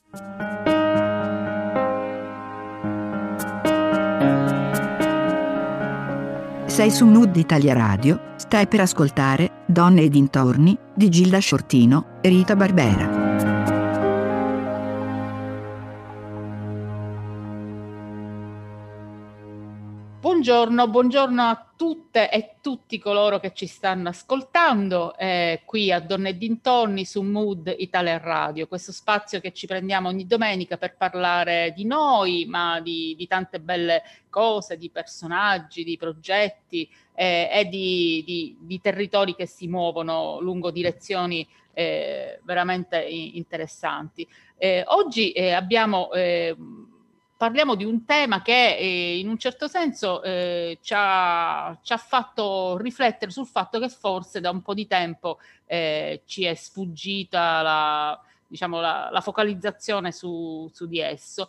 Sei su Mood Italia Radio, stai per ascoltare Donne e dintorni di Gilda Shortino e Rita Barbera. Buongiorno a tutte e tutti coloro che ci stanno ascoltando qui a Donne e dintorni su Mood Italia Radio, questo spazio che ci prendiamo ogni domenica per parlare di noi, ma di tante belle cose, di personaggi, di progetti e di territori che si muovono lungo direzioni veramente interessanti. Oggi parliamo di un tema che in un certo senso ci ha fatto riflettere sul fatto che forse da un po' di tempo ci è sfuggita la focalizzazione su di esso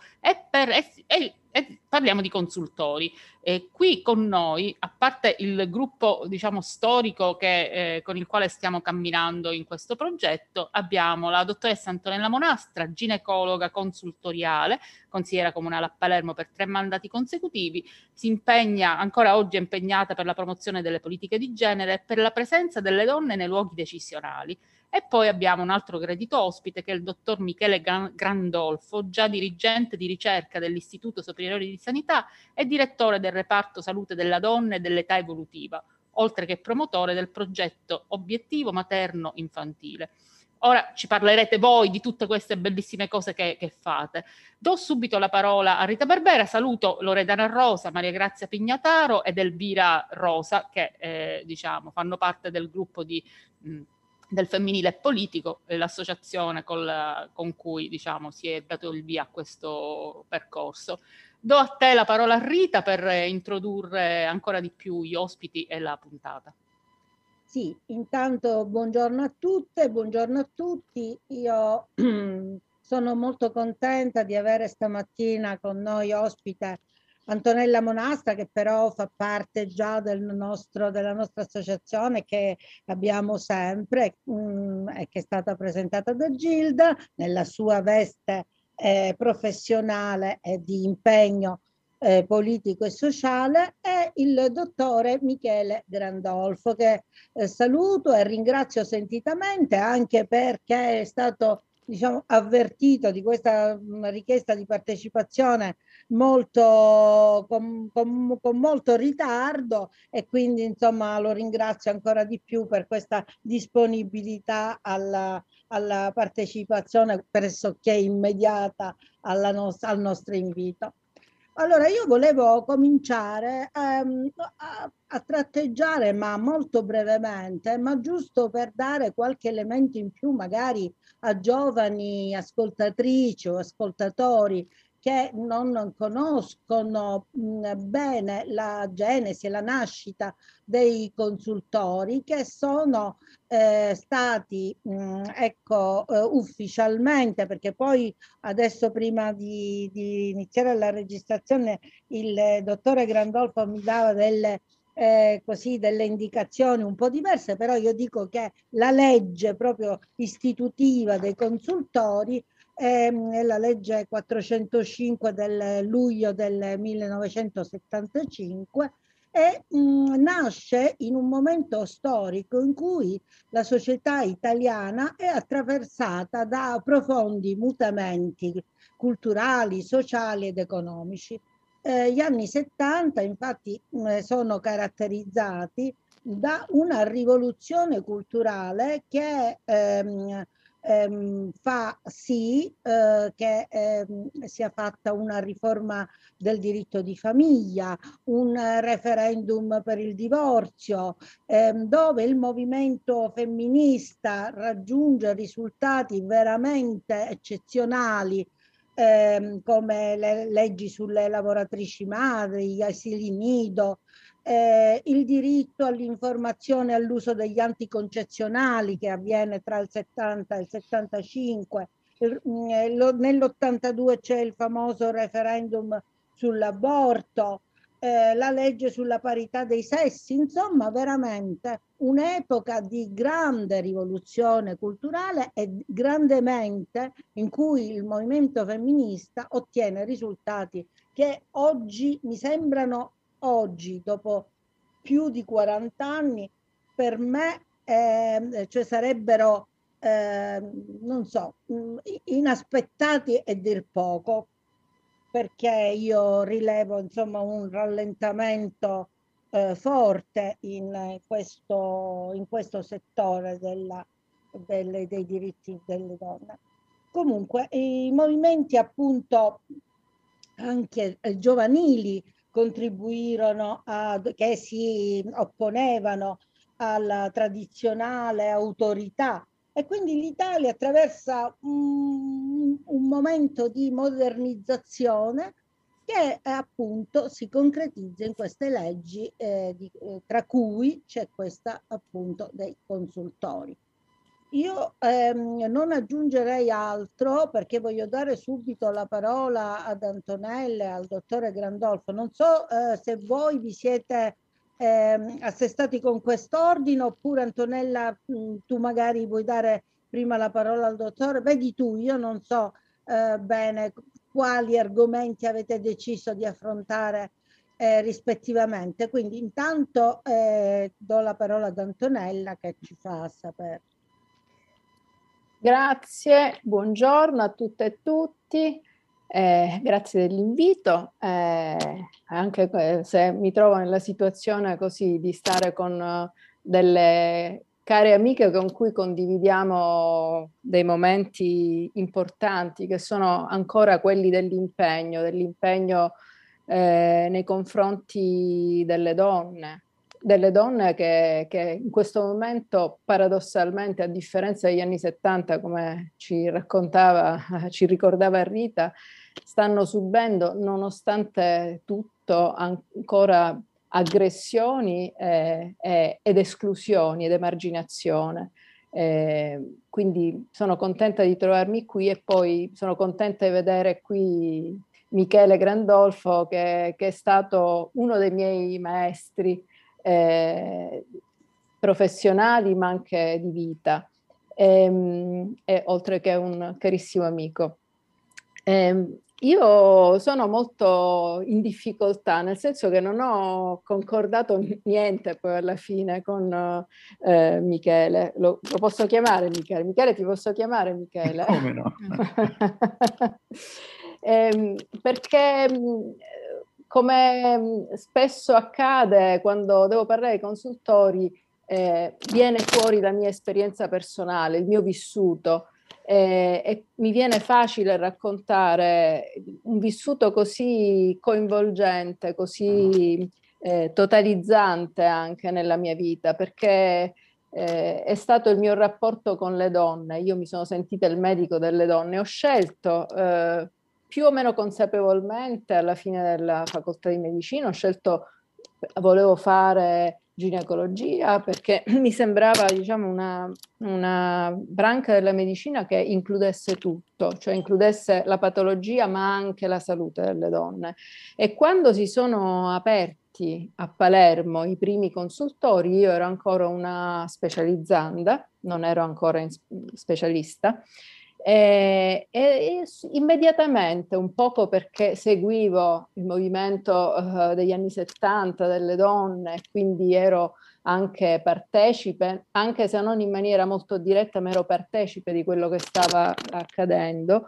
e parliamo di consultori. Qui con noi, a parte il gruppo storico con il quale stiamo camminando in questo progetto, abbiamo la dottoressa Antonella Monastra, ginecologa consultoriale, consigliera comunale a Palermo per 3 mandati consecutivi, si impegna, ancora oggi è impegnata per la promozione delle politiche di genere e per la presenza delle donne nei luoghi decisionali. E poi abbiamo un altro gradito ospite che è il dottor Michele Grandolfo, già dirigente di ricerca dell'Istituto Superiore di Sanità e direttore del reparto salute della donna e dell'età evolutiva, oltre che promotore del progetto Obiettivo Materno Infantile. Ora ci parlerete voi di tutte queste bellissime cose che fate. Do subito la parola a Rita Barbera, saluto Loredana Rosa, Maria Grazia Pignataro ed Elvira Rosa che fanno parte del gruppo del femminile politico, l'associazione con cui si è dato il via a questo percorso. Do a te la parola a Rita per introdurre ancora di più gli ospiti e la puntata. Sì, intanto buongiorno a tutte, buongiorno a tutti. Io sono molto contenta di avere stamattina con noi ospite Antonella Monastra, che però fa parte già della nostra associazione che abbiamo sempre e che è stata presentata da Gilda nella sua veste professionale e di impegno politico e sociale, e il dottore Michele Grandolfo, che saluto e ringrazio sentitamente, anche perché è stato avvertito di questa richiesta di partecipazione con molto ritardo, e quindi insomma lo ringrazio ancora di più per questa disponibilità alla partecipazione pressoché immediata al nostro invito. Allora, io volevo cominciare a tratteggiare, ma molto brevemente, ma giusto per dare qualche elemento in più magari a giovani ascoltatrici o ascoltatori che non conoscono bene la genesi e la nascita dei consultori, che sono stati ufficialmente, perché poi adesso prima di iniziare la registrazione il dottore Grandolfo mi dava delle indicazioni un po' diverse, però io dico che la legge proprio istitutiva dei consultori è la legge 405 del luglio del 1975, e nasce in un momento storico in cui la società italiana è attraversata da profondi mutamenti culturali, sociali ed economici. Gli anni 70 infatti sono caratterizzati da una rivoluzione culturale che fa sì che sia fatta una riforma del diritto di famiglia, un referendum per il divorzio, dove il movimento femminista raggiunge risultati veramente eccezionali, come le leggi sulle lavoratrici madri, gli asili nido, il diritto all'informazione e all'uso degli anticoncezionali, che avviene tra il 70 e il 75. Nell'82 c'è il famoso referendum sull'aborto, la legge sulla parità dei sessi, insomma veramente un'epoca di grande rivoluzione culturale e grandemente in cui il movimento femminista ottiene risultati che oggi mi sembrano, oggi dopo più di 40 anni, per me cioè sarebbero non so, inaspettati e dir poco, perché io rilevo insomma un rallentamento forte in questo settore dei diritti delle donne. Comunque i movimenti appunto anche giovanili contribuirono che si opponevano alla tradizionale autorità, e quindi l'Italia attraversa un momento di modernizzazione che appunto si concretizza in queste leggi, tra cui c'è questa appunto dei consultori. Io non aggiungerei altro, perché voglio dare subito la parola ad Antonella e al dottore Grandolfo. Non so se voi vi siete assestati con quest'ordine, oppure Antonella tu magari vuoi dare prima la parola al dottore. Vedi tu, io non so bene quali argomenti avete deciso di affrontare rispettivamente. Quindi intanto do la parola ad Antonella che ci fa sapere. Grazie, buongiorno a tutte e tutti, grazie dell'invito, anche se mi trovo nella situazione così di stare con delle care amiche con cui condividiamo dei momenti importanti che sono ancora quelli dell'impegno nei confronti delle donne che in questo momento paradossalmente, a differenza degli anni 70, come ci ricordava Rita, stanno subendo nonostante tutto ancora aggressioni ed esclusioni ed emarginazione. Quindi sono contenta di trovarmi qui e poi sono contenta di vedere qui Michele Grandolfo che è stato uno dei miei maestri professionali ma anche di vita, oltre che un carissimo amico. Io sono molto in difficoltà, nel senso che non ho concordato niente poi alla fine con Michele. Lo posso chiamare Michele? Michele, ti posso chiamare Michele? Come no? Perché come spesso accade quando devo parlare ai consultori, viene fuori la mia esperienza personale, il mio vissuto, e mi viene facile raccontare un vissuto così coinvolgente, così totalizzante anche nella mia vita, perché è stato il mio rapporto con le donne. Io mi sono sentita il medico delle donne, ho scelto più o meno consapevolmente alla fine della facoltà di medicina, volevo fare ginecologia perché mi sembrava, diciamo, una branca della medicina che includesse tutto, cioè includesse la patologia ma anche la salute delle donne. E quando si sono aperti a Palermo i primi consultori, io ero ancora una specializzanda, non ero ancora specialista, e immediatamente, un poco perché seguivo il movimento degli anni 70 delle donne, quindi ero anche partecipe, anche se non in maniera molto diretta, ma ero partecipe di quello che stava accadendo.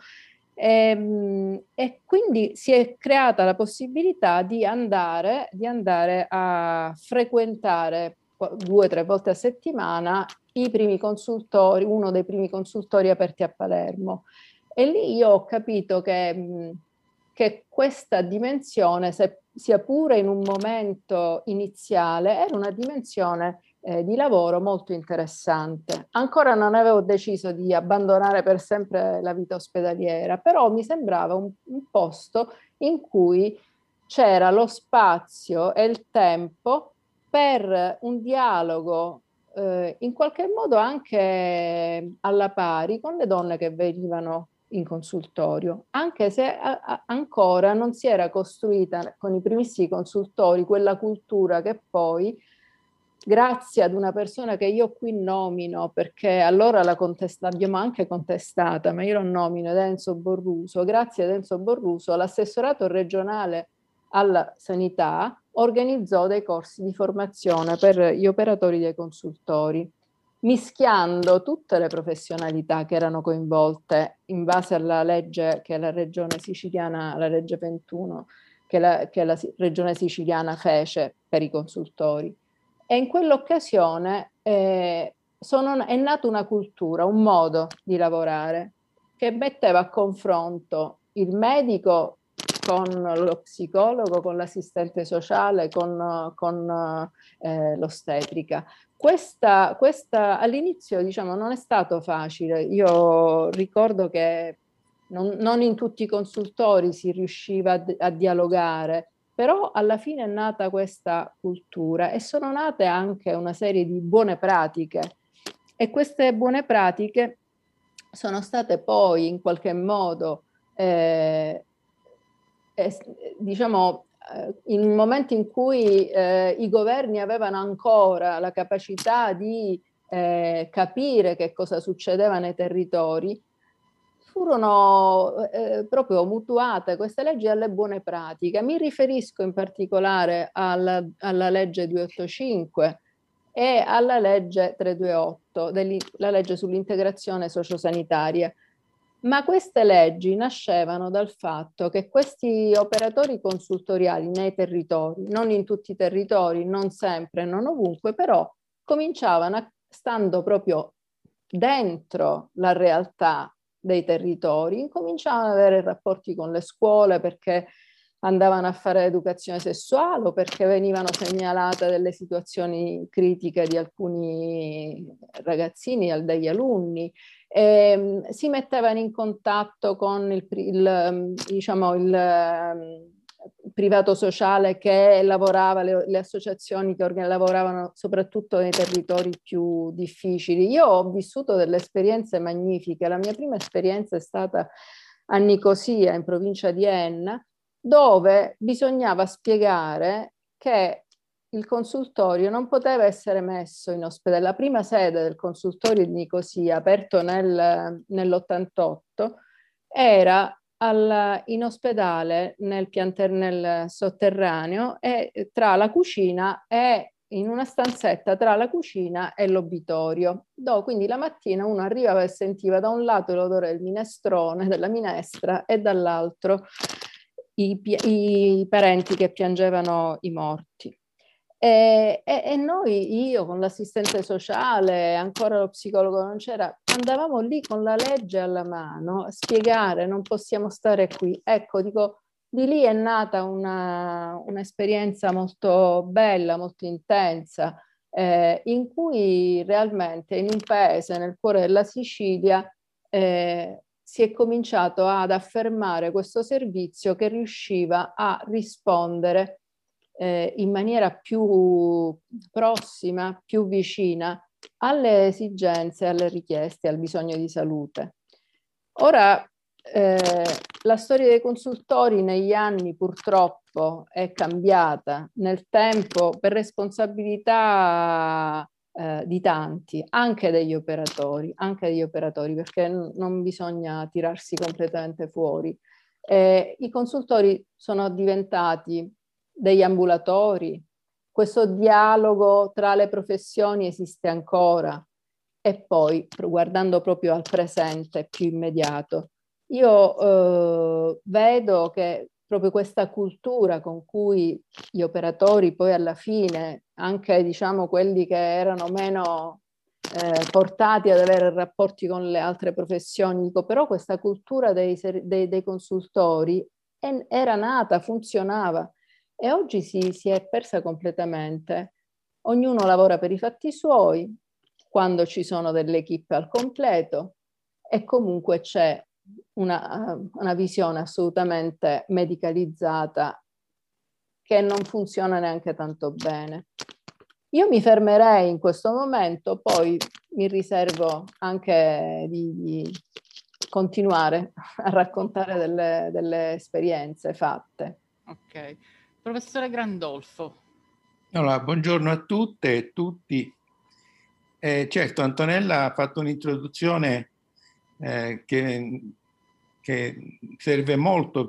E quindi si è creata la possibilità di andare a frequentare 2 o 3 volte a settimana i primi consultori, uno dei primi consultori aperti a Palermo. E lì io ho capito che questa dimensione, sia pure in un momento iniziale, era una dimensione di lavoro molto interessante. Ancora non avevo deciso di abbandonare per sempre la vita ospedaliera, però mi sembrava un posto in cui c'era lo spazio e il tempo per un dialogo in qualche modo anche alla pari con le donne che venivano in consultorio, anche se ancora non si era costruita con i primissimi consultori quella cultura che poi, grazie ad una persona che io qui nomino, perché allora l'abbiamo anche contestata, ma io lo nomino, ed è Enzo Borruso. Grazie ad Enzo Borruso, l'assessorato regionale alla sanità organizzò dei corsi di formazione per gli operatori dei consultori, mischiando tutte le professionalità che erano coinvolte in base alla legge che la regione siciliana, la legge 21, che la regione siciliana fece per i consultori. E in quell'occasione è nata una cultura, un modo di lavorare che metteva a confronto il medico con lo psicologo, con l'assistente sociale, con l'ostetrica. Questa all'inizio, diciamo, non è stato facile. Io ricordo che non in tutti i consultori si riusciva a dialogare, però alla fine è nata questa cultura e sono nate anche una serie di buone pratiche, e queste buone pratiche sono state poi in qualche modo diciamo in momenti in cui i governi avevano ancora la capacità di capire che cosa succedeva nei territori, furono proprio mutuate queste leggi alle buone pratiche. Mi riferisco in particolare alla legge 285 e alla legge 328, la legge sull'integrazione sociosanitaria. Ma queste leggi nascevano dal fatto che questi operatori consultoriali nei territori, non in tutti i territori, non sempre, non ovunque, però cominciavano, stando proprio dentro la realtà dei territori, incominciavano ad avere rapporti con le scuole perché andavano a fare educazione sessuale o perché venivano segnalate delle situazioni critiche di alcuni ragazzini, degli alunni. Si mettevano in contatto con il privato sociale che lavorava, le associazioni che lavoravano soprattutto nei territori più difficili. Io ho vissuto delle esperienze magnifiche. La mia prima esperienza è stata a Nicosia, in provincia di Enna, dove bisognava spiegare che il consultorio non poteva essere messo in ospedale. La prima sede del consultorio di Nicosia, aperto nell'88, era in ospedale nel sotterraneo, e tra la cucina e in una stanzetta tra la cucina e l'obitorio. Quindi la mattina uno arrivava e sentiva da un lato l'odore del minestrone, della minestra, e dall'altro i parenti che piangevano i morti. E noi, io con l'assistente sociale, ancora lo psicologo non c'era, andavamo lì con la legge alla mano a spiegare: non possiamo stare qui. Ecco, dico, di lì è nata un'esperienza molto bella, molto intensa, in cui realmente in un paese nel cuore della Sicilia si è cominciato ad affermare questo servizio che riusciva a rispondere in maniera più prossima, più vicina alle esigenze, alle richieste, al bisogno di salute. Ora, la storia dei consultori negli anni purtroppo è cambiata nel tempo per responsabilità di tanti, anche degli operatori, perché non bisogna tirarsi completamente fuori. I consultori sono diventati degli ambulatori, questo dialogo tra le professioni esiste ancora, e poi guardando proprio al presente più immediato, io vedo che proprio questa cultura con cui gli operatori poi alla fine, anche diciamo quelli che erano meno portati ad avere rapporti con le altre professioni, dico, però questa cultura dei consultori era nata, funzionava, e oggi si è persa completamente. Ognuno lavora per i fatti suoi, quando ci sono delle equipe al completo, e comunque c'è una visione assolutamente medicalizzata che non funziona neanche tanto bene. Io mi fermerei in questo momento, poi mi riservo anche di continuare a raccontare delle esperienze fatte. Ok. Professore Grandolfo. Allora, buongiorno a tutte e tutti. Certo, Antonella ha fatto un'introduzione che serve molto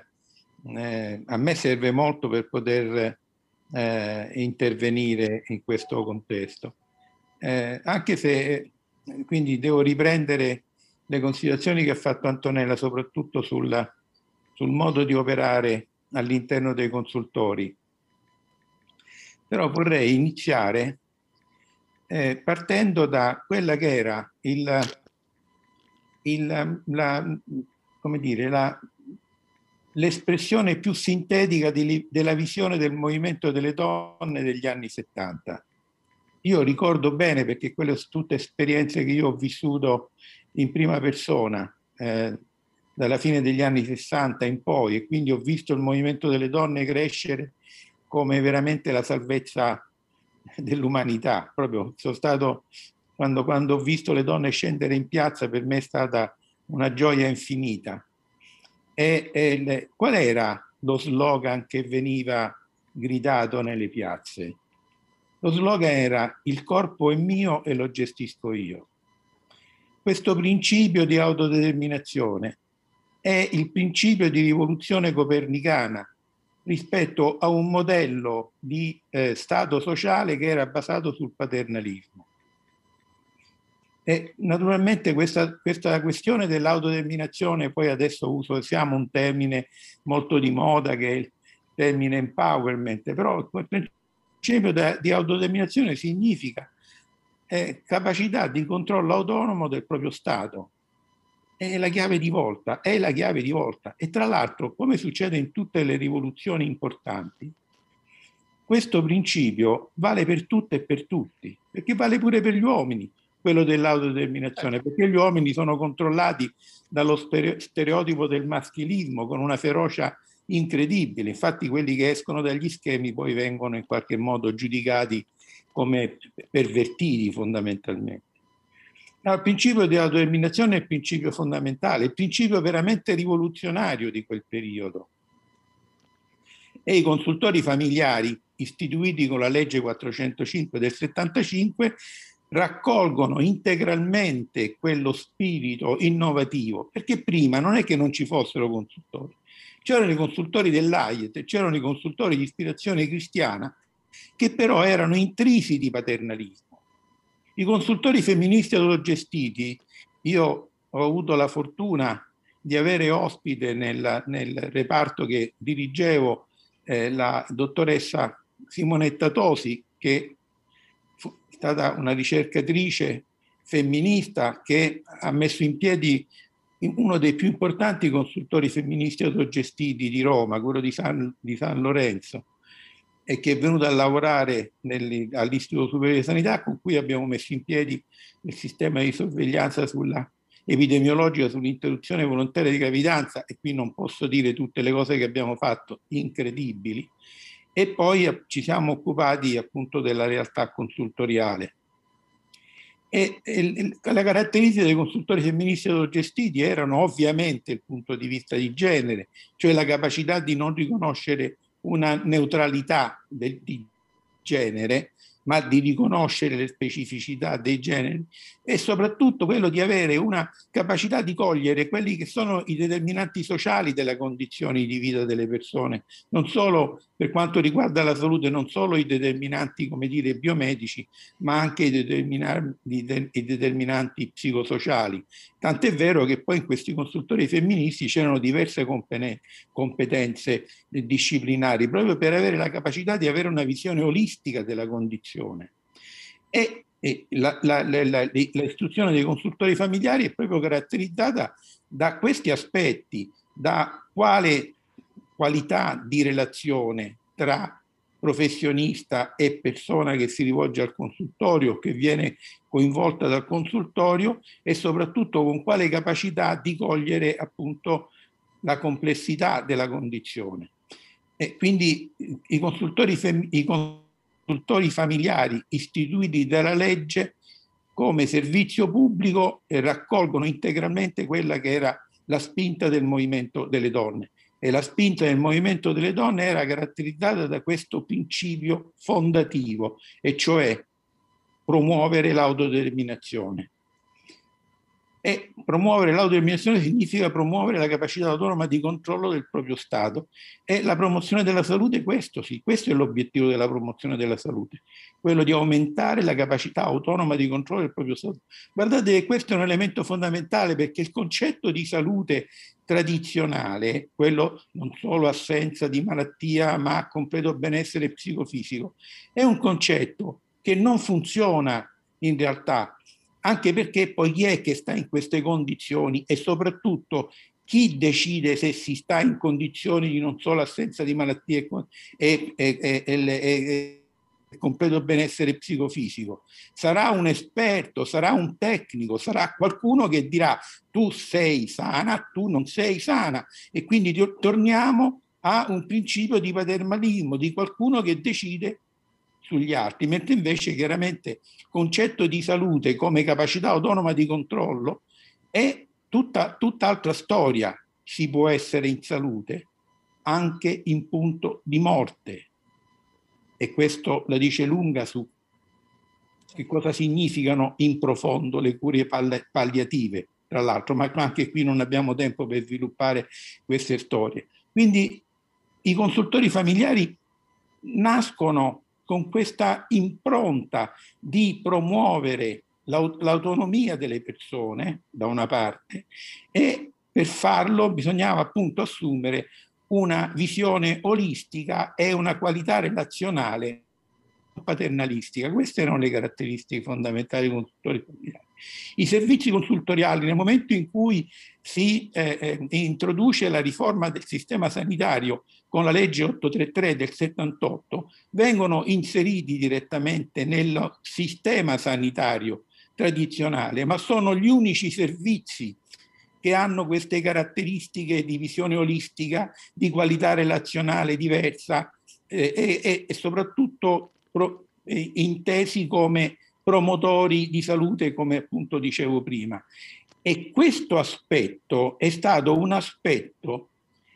a me serve molto per poter intervenire in questo contesto. Anche se quindi devo riprendere le considerazioni che ha fatto Antonella, soprattutto sul modo di operare all'interno dei consultori. Però vorrei iniziare partendo da quella che era l'espressione più sintetica della visione del movimento delle donne degli anni 70. Io ricordo bene, perché quelle sono tutte esperienze che io ho vissuto in prima persona dalla fine degli anni 60 in poi, e quindi ho visto il movimento delle donne crescere come veramente la salvezza dell'umanità. Proprio sono stato, quando ho visto le donne scendere in piazza, per me è stata una gioia infinita. Qual era lo slogan che veniva gridato nelle piazze? Lo slogan era: il corpo è mio e lo gestisco io. Questo principio di autodeterminazione è il principio di rivoluzione copernicana rispetto a un modello di stato sociale che era basato sul paternalismo. E naturalmente questa questione dell'autodeterminazione, poi adesso usiamo un termine molto di moda che è il termine empowerment, però il principio di autodeterminazione significa capacità di controllo autonomo del proprio Stato. È la chiave di volta. E tra l'altro, come succede in tutte le rivoluzioni importanti, questo principio vale per tutte e per tutti, perché vale pure per gli uomini, quello dell'autodeterminazione, perché gli uomini sono controllati dallo stereotipo del maschilismo con una ferocia incredibile. Infatti quelli che escono dagli schemi poi vengono in qualche modo giudicati come pervertiti fondamentalmente. Il principio di autodeterminazione è il principio fondamentale, il principio veramente rivoluzionario di quel periodo. E i consultori familiari, istituiti con la legge 405 del 75, raccolgono integralmente quello spirito innovativo, perché prima non è che non ci fossero consultori, c'erano i consultori dell'AIET, c'erano i consultori di ispirazione cristiana, che però erano intrisi di paternalismo. I consultori femministi autogestiti, io ho avuto la fortuna di avere ospite nel reparto che dirigevo la dottoressa Simonetta Tosi, che è stata una ricercatrice femminista che ha messo in piedi uno dei più importanti consultori femministi autogestiti di Roma, quello di San Lorenzo, e che è venuto a lavorare all'Istituto Superiore di Sanità, con cui abbiamo messo in piedi il sistema di sorveglianza epidemiologica sull'interruzione volontaria di gravidanza, e qui non posso dire tutte le cose che abbiamo fatto, incredibili, e poi ci siamo occupati appunto della realtà consultoriale. E la caratteristica dei consultori femministi autogestiti erano ovviamente il punto di vista di genere, cioè la capacità di non riconoscere una neutralità di genere, ma di riconoscere le specificità dei generi, e soprattutto quello di avere una capacità di cogliere quelli che sono i determinanti sociali delle condizioni di vita delle persone, non solo per quanto riguarda la salute, non solo i determinanti, come dire, biomedici, ma anche i determinanti psicosociali. Tant'è vero che poi in questi consultori femministi c'erano diverse competenze disciplinari, proprio per avere la capacità di avere una visione olistica della condizione. E l'istruzione dei consultori familiari è proprio caratterizzata da questi aspetti, da quale qualità di relazione tra professionista e persona che si rivolge al consultorio, che viene coinvolta dal consultorio, e soprattutto con quale capacità di cogliere appunto la complessità della condizione. E quindi i consultori familiari istituiti dalla legge come servizio pubblico e raccolgono integralmente quella che era la spinta del movimento delle donne. E la spinta del movimento delle donne era caratterizzata da questo principio fondativo, e cioè promuovere l'autodeterminazione. E promuovere l'autodeterminazione significa promuovere la capacità autonoma di controllo del proprio Stato. E la promozione della salute, questo sì, questo è l'obiettivo della promozione della salute, quello di aumentare la capacità autonoma di controllo del proprio Stato. Guardate che questo è un elemento fondamentale, perché il concetto di salute tradizionale, quello non solo assenza di malattia ma completo benessere psicofisico, è un concetto che non funziona in realtà, anche perché poi chi è che sta in queste condizioni, e soprattutto chi decide se si sta in condizioni di non solo assenza di malattie e completo benessere psicofisico? Sarà un esperto, sarà un tecnico, sarà qualcuno che dirà tu sei sana, tu non sei sana, e quindi torniamo a un principio di paternalismo, di qualcuno che decide sugli altri, mentre invece chiaramente il concetto di salute come capacità autonoma di controllo è tutt'altra storia. Si può essere in salute anche in punto di morte, e questo la dice lunga su che cosa significano in profondo le cure palliative, tra l'altro, ma anche qui non abbiamo tempo per sviluppare queste storie. Quindi i consultori familiari nascono con questa impronta di promuovere l'autonomia delle persone, da una parte, e per farlo bisognava appunto assumere una visione olistica e una qualità relazionale paternalistica. Queste erano le caratteristiche fondamentali dei consultori familiari. I servizi consultoriali, nel momento in cui si introduce la riforma del sistema sanitario con la legge 833 del 78, vengono inseriti direttamente nel sistema sanitario tradizionale, ma sono gli unici servizi che hanno queste caratteristiche di visione olistica, di qualità relazionale diversa e soprattutto intesi come promotori di salute, come appunto dicevo prima. E questo aspetto è stato un aspetto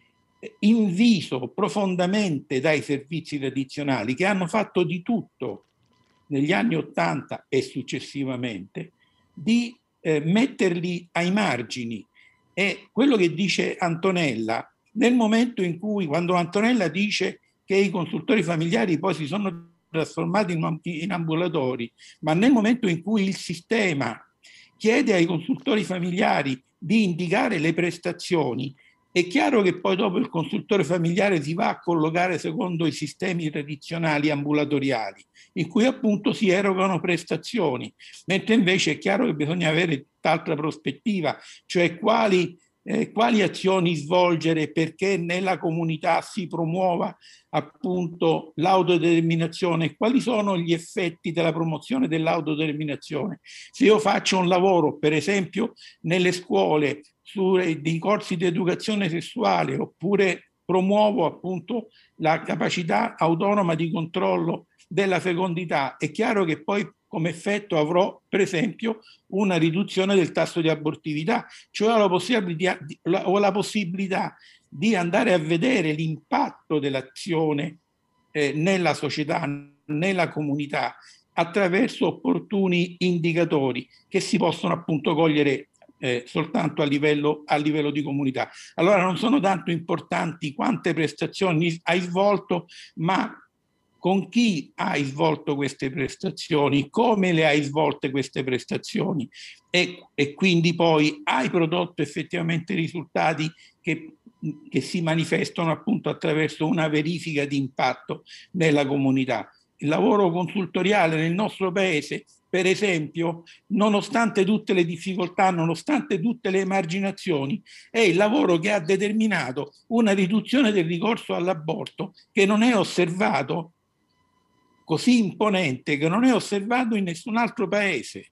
inviso profondamente dai servizi tradizionali, che hanno fatto di tutto negli anni '80 e successivamente di metterli ai margini. E quello che dice Antonella, nel momento in cui, quando Antonella dice che i consultori familiari poi si sono trasformati in ambulatori, ma nel momento in cui il sistema chiede ai consultori familiari di indicare le prestazioni, è chiaro che poi dopo il consultore familiare si va a collocare secondo i sistemi tradizionali ambulatoriali, in cui appunto si erogano prestazioni, mentre invece è chiaro che bisogna avere tutt'altra prospettiva, cioè quali azioni svolgere perché nella comunità si promuova appunto l'autodeterminazione, quali sono gli effetti della promozione dell'autodeterminazione. Se io faccio un lavoro, per esempio, nelle scuole dei corsi di educazione sessuale, oppure promuovo appunto la capacità autonoma di controllo della fecondità, è chiaro che poi come effetto avrò, per esempio, una riduzione del tasso di abortività, cioè ho la possibilità di andare a vedere l'impatto dell'azione nella società, nella comunità, attraverso opportuni indicatori che si possono appunto cogliere soltanto a livello di comunità. Allora non sono tanto importanti quante prestazioni hai svolto, ma con chi hai svolto queste prestazioni, come le hai svolte queste prestazioni, e quindi poi hai prodotto effettivamente risultati che si manifestano appunto attraverso una verifica di impatto nella comunità. Il lavoro consultoriale nel nostro paese, per esempio, nonostante tutte le difficoltà, nonostante tutte le emarginazioni, è il lavoro che ha determinato una riduzione del ricorso all'aborto che non è osservato, così imponente, che non è osservato in nessun altro paese.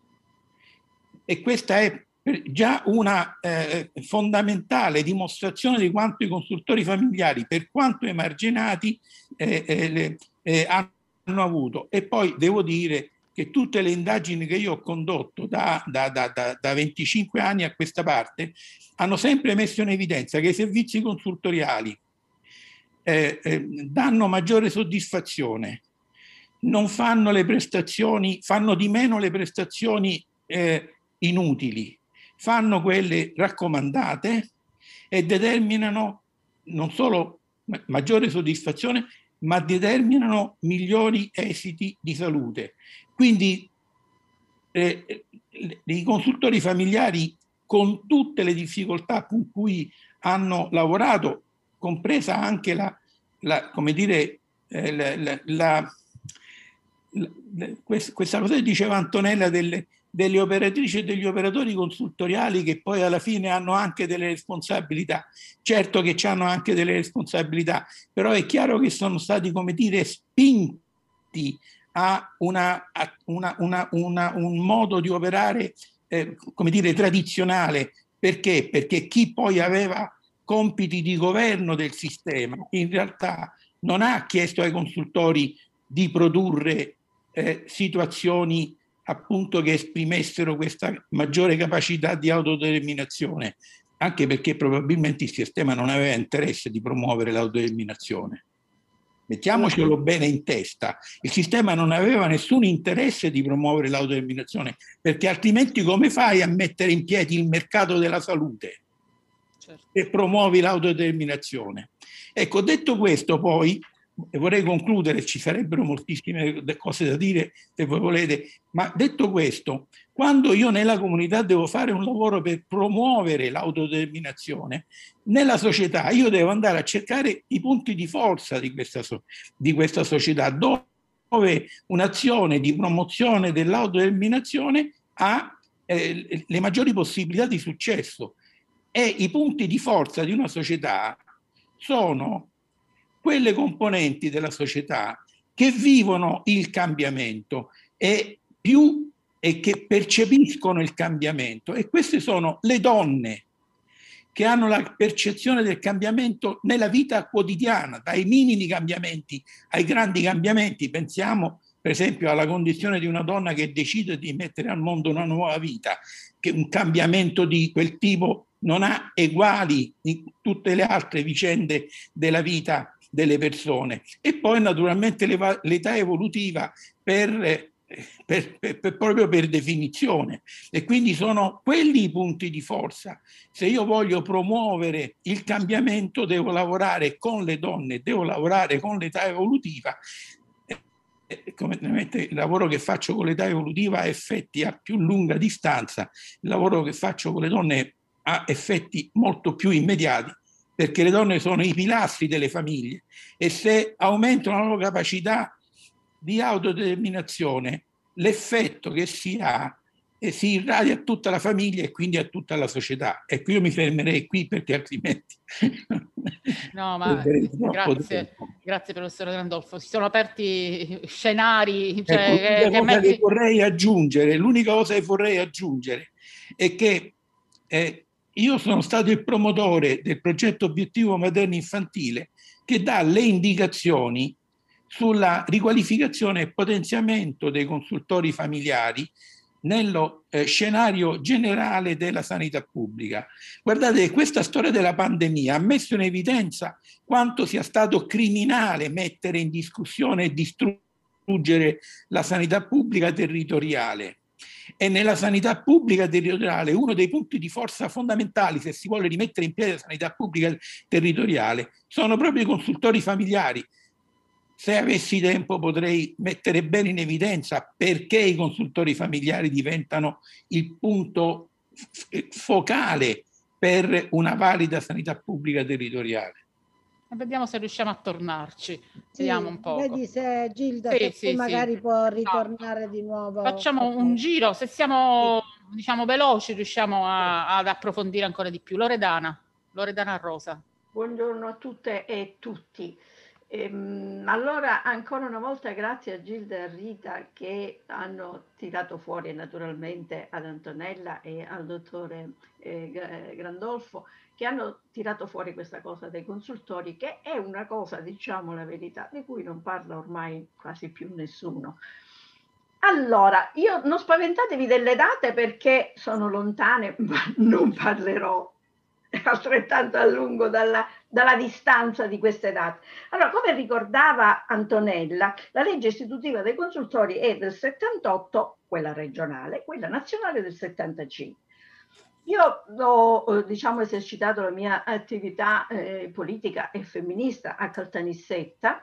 E questa è già una fondamentale dimostrazione di quanto i consultori familiari, per quanto emarginati, hanno avuto. E poi devo dire che tutte le indagini che io ho condotto da 25 anni a questa parte hanno sempre messo in evidenza che i servizi consultoriali danno maggiore soddisfazione, non fanno le prestazioni, fanno di meno le prestazioni inutili, fanno quelle raccomandate e determinano non solo maggiore soddisfazione, ma determinano migliori esiti di salute. Quindi i consultori familiari, con tutte le difficoltà con cui hanno lavorato, compresa anche questa cosa che diceva Antonella delle operatrici e degli operatori consultoriali, che poi alla fine hanno anche delle responsabilità. Certo che hanno anche delle responsabilità, però è chiaro che sono stati, come dire, spinti a un modo di operare, come dire, tradizionale. Perché? Perché chi poi aveva compiti di governo del sistema in realtà non ha chiesto ai consultori di produrre situazioni appunto che esprimessero questa maggiore capacità di autodeterminazione, anche perché probabilmente il sistema non aveva interesse di promuovere l'autodeterminazione. Mettiamocelo bene in testa, il sistema non aveva nessun interesse di promuovere l'autodeterminazione, perché altrimenti come fai a mettere in piedi il mercato della salute e promuovi l'autodeterminazione? Ecco, detto questo, poi e vorrei concludere, ci sarebbero moltissime cose da dire se voi volete, ma detto questo, quando io nella comunità devo fare un lavoro per promuovere l'autodeterminazione nella società, io devo andare a cercare i punti di forza di questa società, dove un'azione di promozione dell'autodeterminazione ha le maggiori possibilità di successo. E i punti di forza di una società sono quelle componenti della società che vivono il cambiamento e che percepiscono il cambiamento, e queste sono le donne, che hanno la percezione del cambiamento nella vita quotidiana, dai minimi cambiamenti ai grandi cambiamenti. Pensiamo per esempio alla condizione di una donna che decide di mettere al mondo una nuova vita, che un cambiamento di quel tipo non ha eguali in tutte le altre vicende della vita delle persone. E poi naturalmente l'età evolutiva proprio per definizione, e quindi sono quelli i punti di forza. Se io voglio promuovere il cambiamento devo lavorare con le donne, devo lavorare con l'età evolutiva. Come il lavoro che faccio con l'età evolutiva ha effetti a più lunga distanza, il lavoro che faccio con le donne ha effetti molto più immediati, perché le donne sono i pilastri delle famiglie, e se aumentano la loro capacità di autodeterminazione, l'effetto che si ha si irradia a tutta la famiglia e quindi a tutta la società. Ecco, io mi fermerei qui, perché altrimenti no, ma grazie professore Grandolfo, si sono aperti scenari, cioè, l'unica cosa che vorrei aggiungere è che io sono stato il promotore del progetto Obiettivo Materno Infantile, che dà le indicazioni sulla riqualificazione e potenziamento dei consultori familiari nello scenario generale della sanità pubblica. Guardate, questa storia della pandemia ha messo in evidenza quanto sia stato criminale mettere in discussione e distruggere la sanità pubblica territoriale. E nella sanità pubblica territoriale uno dei punti di forza fondamentali, se si vuole rimettere in piedi la sanità pubblica territoriale, sono proprio i consultori familiari. Se avessi tempo potrei mettere bene in evidenza perché i consultori familiari diventano il punto focale per una valida sanità pubblica territoriale. Vediamo se riusciamo a tornarci. Sì, vediamo un po'. Vedi se Gilda magari può ritornare di nuovo. Facciamo un giro, se siamo diciamo veloci riusciamo ad approfondire ancora di più. Loredana Rosa. Buongiorno a tutte e tutti. Allora, ancora una volta grazie a Gilda e a Rita, che hanno tirato fuori, naturalmente ad Antonella e al dottore Grandolfo, che hanno tirato fuori questa cosa dei consultori, che è una cosa, diciamo la verità, di cui non parla ormai quasi più nessuno. Allora, io non spaventatevi delle date perché sono lontane, ma non parlerò altrettanto a lungo dalla distanza di queste date. Allora, come ricordava Antonella, la legge istitutiva dei consultori è del 78, quella regionale, quella nazionale del 75. Io ho diciamo, esercitato la mia attività politica e femminista a Caltanissetta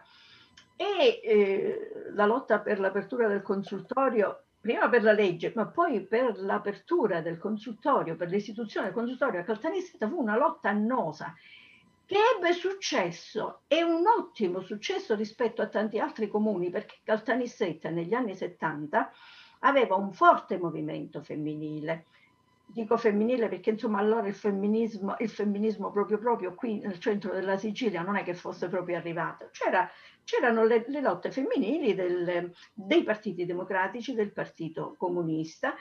e la lotta per l'apertura del consultorio, prima per la legge, ma poi per l'apertura del consultorio, per l'istituzione del consultorio a Caltanissetta, fu una lotta annosa che ebbe successo, e un ottimo successo rispetto a tanti altri comuni, perché Caltanissetta negli anni 70 aveva un forte movimento femminile. Dico femminile perché insomma allora il femminismo proprio qui nel centro della Sicilia non è che fosse proprio arrivato. C'erano le lotte femminili dei partiti democratici, del Partito Comunista,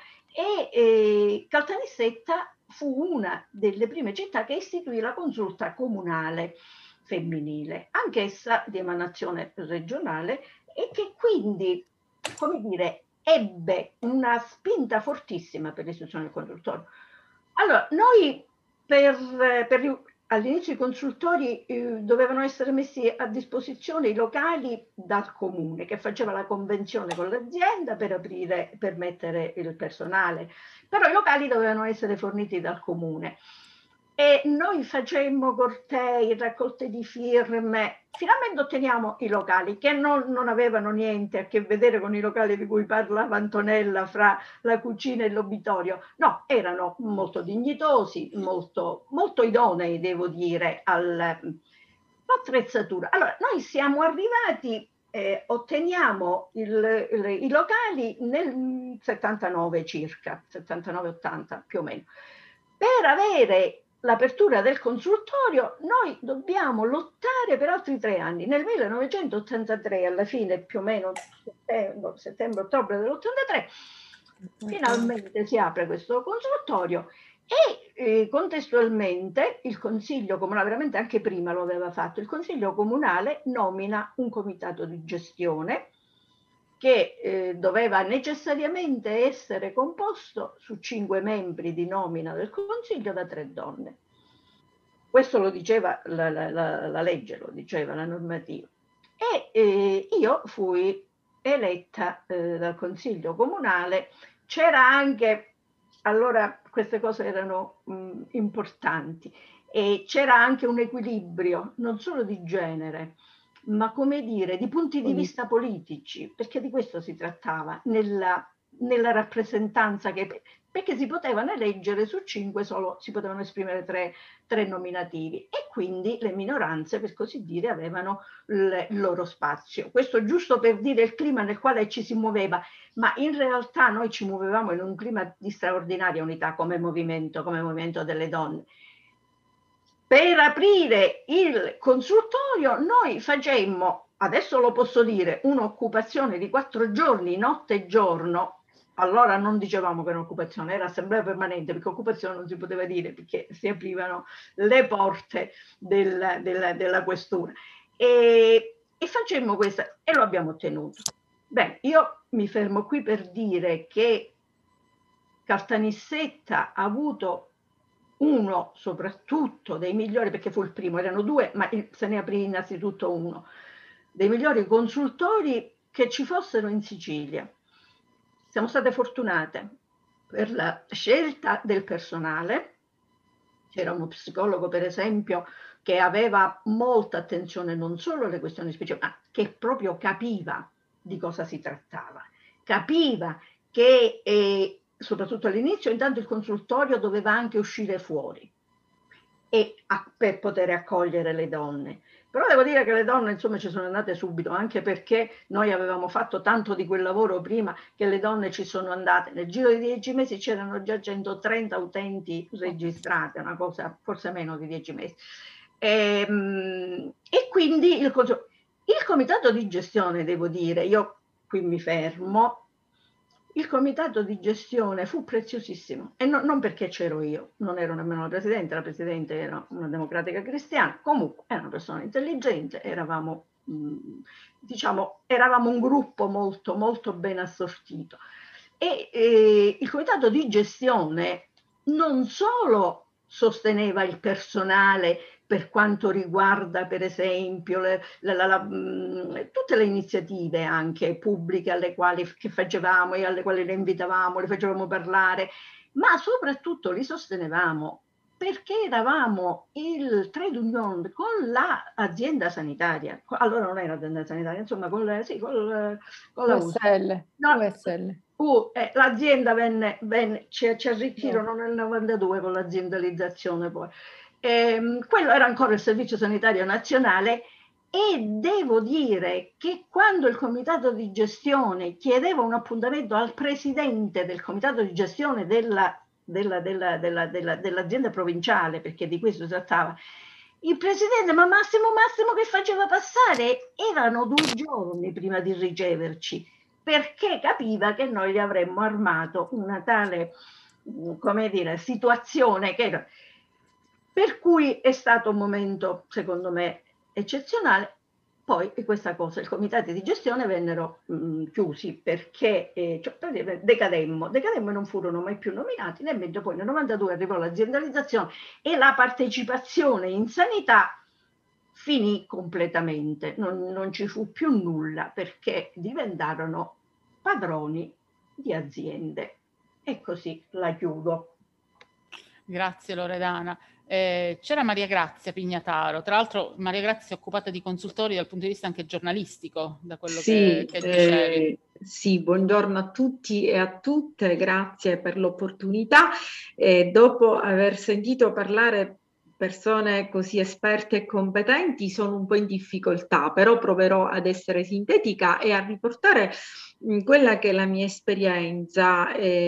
e Caltanissetta fu una delle prime città che istituì la consulta comunale femminile, anch'essa di emanazione regionale, e che quindi, come dire, ebbe una spinta fortissima per l'istituzione del consultorio. Allora, noi all'inizio i consultori dovevano essere messi a disposizione i locali dal comune, che faceva la convenzione con l'azienda per mettere il personale, però i locali dovevano essere forniti dal comune. E noi facemmo cortei, raccolte di firme, finalmente otteniamo i locali che non avevano niente a che vedere con i locali di cui parlava Antonella, fra la cucina e l'obitorio. Erano molto dignitosi, molto, molto idonei, devo dire, all'attrezzatura. Allora, noi siamo arrivati, otteniamo i locali nel 79 circa, 79-80 più o meno. Per avere l'apertura del consultorio noi dobbiamo lottare per altri 3 anni. Nel 1983, alla fine più o meno settembre-ottobre dell'83, finalmente si apre questo consultorio e contestualmente il Consiglio Comunale, veramente anche prima lo aveva fatto, il Consiglio Comunale nomina un comitato di gestione che doveva necessariamente essere composto su 5 membri di nomina del Consiglio da 3 donne. Questo lo diceva la legge, lo diceva la normativa. E io fui eletta dal Consiglio Comunale. C'era anche, allora queste cose erano importanti, e c'era anche un equilibrio non solo di genere, ma come dire, di punti di vista politici, perché di questo si trattava nella rappresentanza, perché si potevano eleggere su 5, solo si potevano esprimere 3 nominativi, e quindi le minoranze, per così dire, avevano il loro spazio. Questo giusto per dire il clima nel quale ci si muoveva, ma in realtà noi ci muovevamo in un clima di straordinaria unità come movimento delle donne. Per aprire il consultorio noi facemmo, adesso lo posso dire, un'occupazione di 4 giorni, notte e giorno. Allora non dicevamo che era un'occupazione, era assemblea permanente, perché occupazione non si poteva dire, perché si aprivano le porte della questura. E facemmo questa, e lo abbiamo ottenuto. Beh, io mi fermo qui per dire che Caltanissetta ha avuto uno soprattutto dei migliori, perché fu il primo, erano 2, ma se ne aprì innanzitutto uno, dei migliori consultori che ci fossero in Sicilia. Siamo state fortunate per la scelta del personale. C'era uno psicologo, per esempio, che aveva molta attenzione non solo alle questioni specifiche, ma che proprio capiva di cosa si trattava. Capiva che soprattutto all'inizio, intanto il consultorio doveva anche uscire fuori per poter accogliere le donne. Però devo dire che le donne insomma ci sono andate subito, anche perché noi avevamo fatto tanto di quel lavoro prima che le donne ci sono andate. Nel giro di 10 mesi c'erano già 130 utenti registrati, una cosa forse meno di 10 mesi. E quindi il comitato di gestione, devo dire, io qui mi fermo, il comitato di gestione fu preziosissimo, e non perché c'ero io, non ero nemmeno la presidente era una democratica cristiana, comunque era una persona intelligente, eravamo diciamo, eravamo un gruppo molto, molto ben assortito. E il comitato di gestione non solo sosteneva il personale per quanto riguarda, per esempio, tutte le iniziative anche pubbliche alle quali che facevamo e alle quali le invitavamo, le facevamo parlare, ma soprattutto li sostenevamo perché eravamo il trade union con l'azienda sanitaria. Allora non era l'azienda sanitaria, insomma, con la USL. No, USL. l'azienda ci arricchirono nel 92 con l'aziendalizzazione poi. Quello era ancora il Servizio Sanitario Nazionale, e devo dire che quando il comitato di gestione chiedeva un appuntamento al presidente del comitato di gestione dell'azienda provinciale, perché di questo si trattava, il presidente, ma massimo che faceva passare, erano 2 giorni prima di riceverci, perché capiva che noi gli avremmo armato una tale, come dire, situazione che per cui è stato un momento, secondo me, eccezionale. Poi questa cosa, i comitati di gestione vennero chiusi perché decademmo e non furono mai più nominati, nemmeno poi nel 92 arrivò l'aziendalizzazione e la partecipazione in sanità finì completamente, non ci fu più nulla perché diventarono padroni di aziende. E così la chiudo. Grazie Loredana. C'era Maria Grazia Pignataro, tra l'altro Maria Grazia si è occupata di consultori dal punto di vista anche giornalistico, da quello che dicevi. Sì, buongiorno a tutti e a tutte, grazie per l'opportunità. Dopo aver sentito parlare persone così esperte e competenti sono un po' in difficoltà, però proverò ad essere sintetica e a riportare quella che è la mia esperienza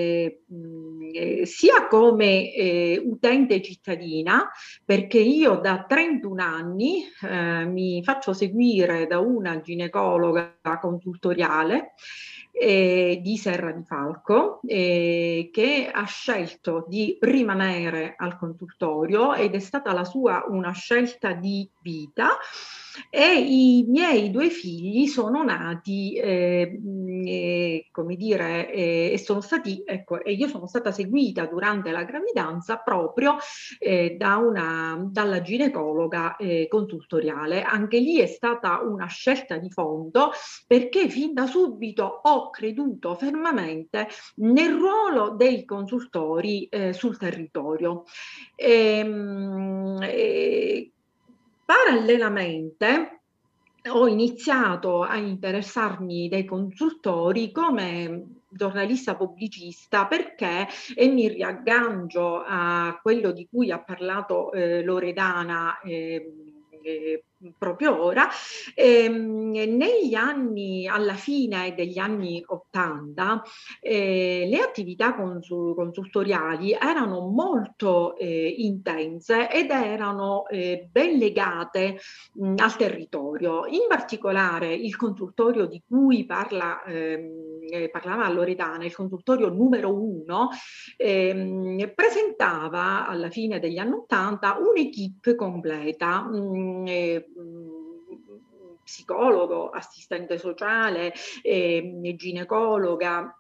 sia come utente cittadina, perché io da 31 anni mi faccio seguire da una ginecologa consultoriale di Serra di Falco, che ha scelto di rimanere al consultorio ed è stata la sua una scelta di vita. E i miei 2 figli sono nati, come dire, e sono stati, ecco, e io sono stata seguita durante la gravidanza proprio dalla ginecologa consultoriale. Anche lì è stata una scelta di fondo, perché fin da subito ho creduto fermamente nel ruolo dei consultori sul territorio. Parallelamente ho iniziato a interessarmi dei consultori come giornalista pubblicista, perché, e mi riaggancio a quello di cui ha parlato Loredana proprio ora, negli anni, alla fine degli anni 80, le attività consultoriali erano molto intense ed erano ben legate al territorio. In particolare il consultorio di cui parlava Loredana, il consultorio numero 1, presentava alla fine degli anni 80 un'equipe completa, psicologo, assistente sociale, ginecologa,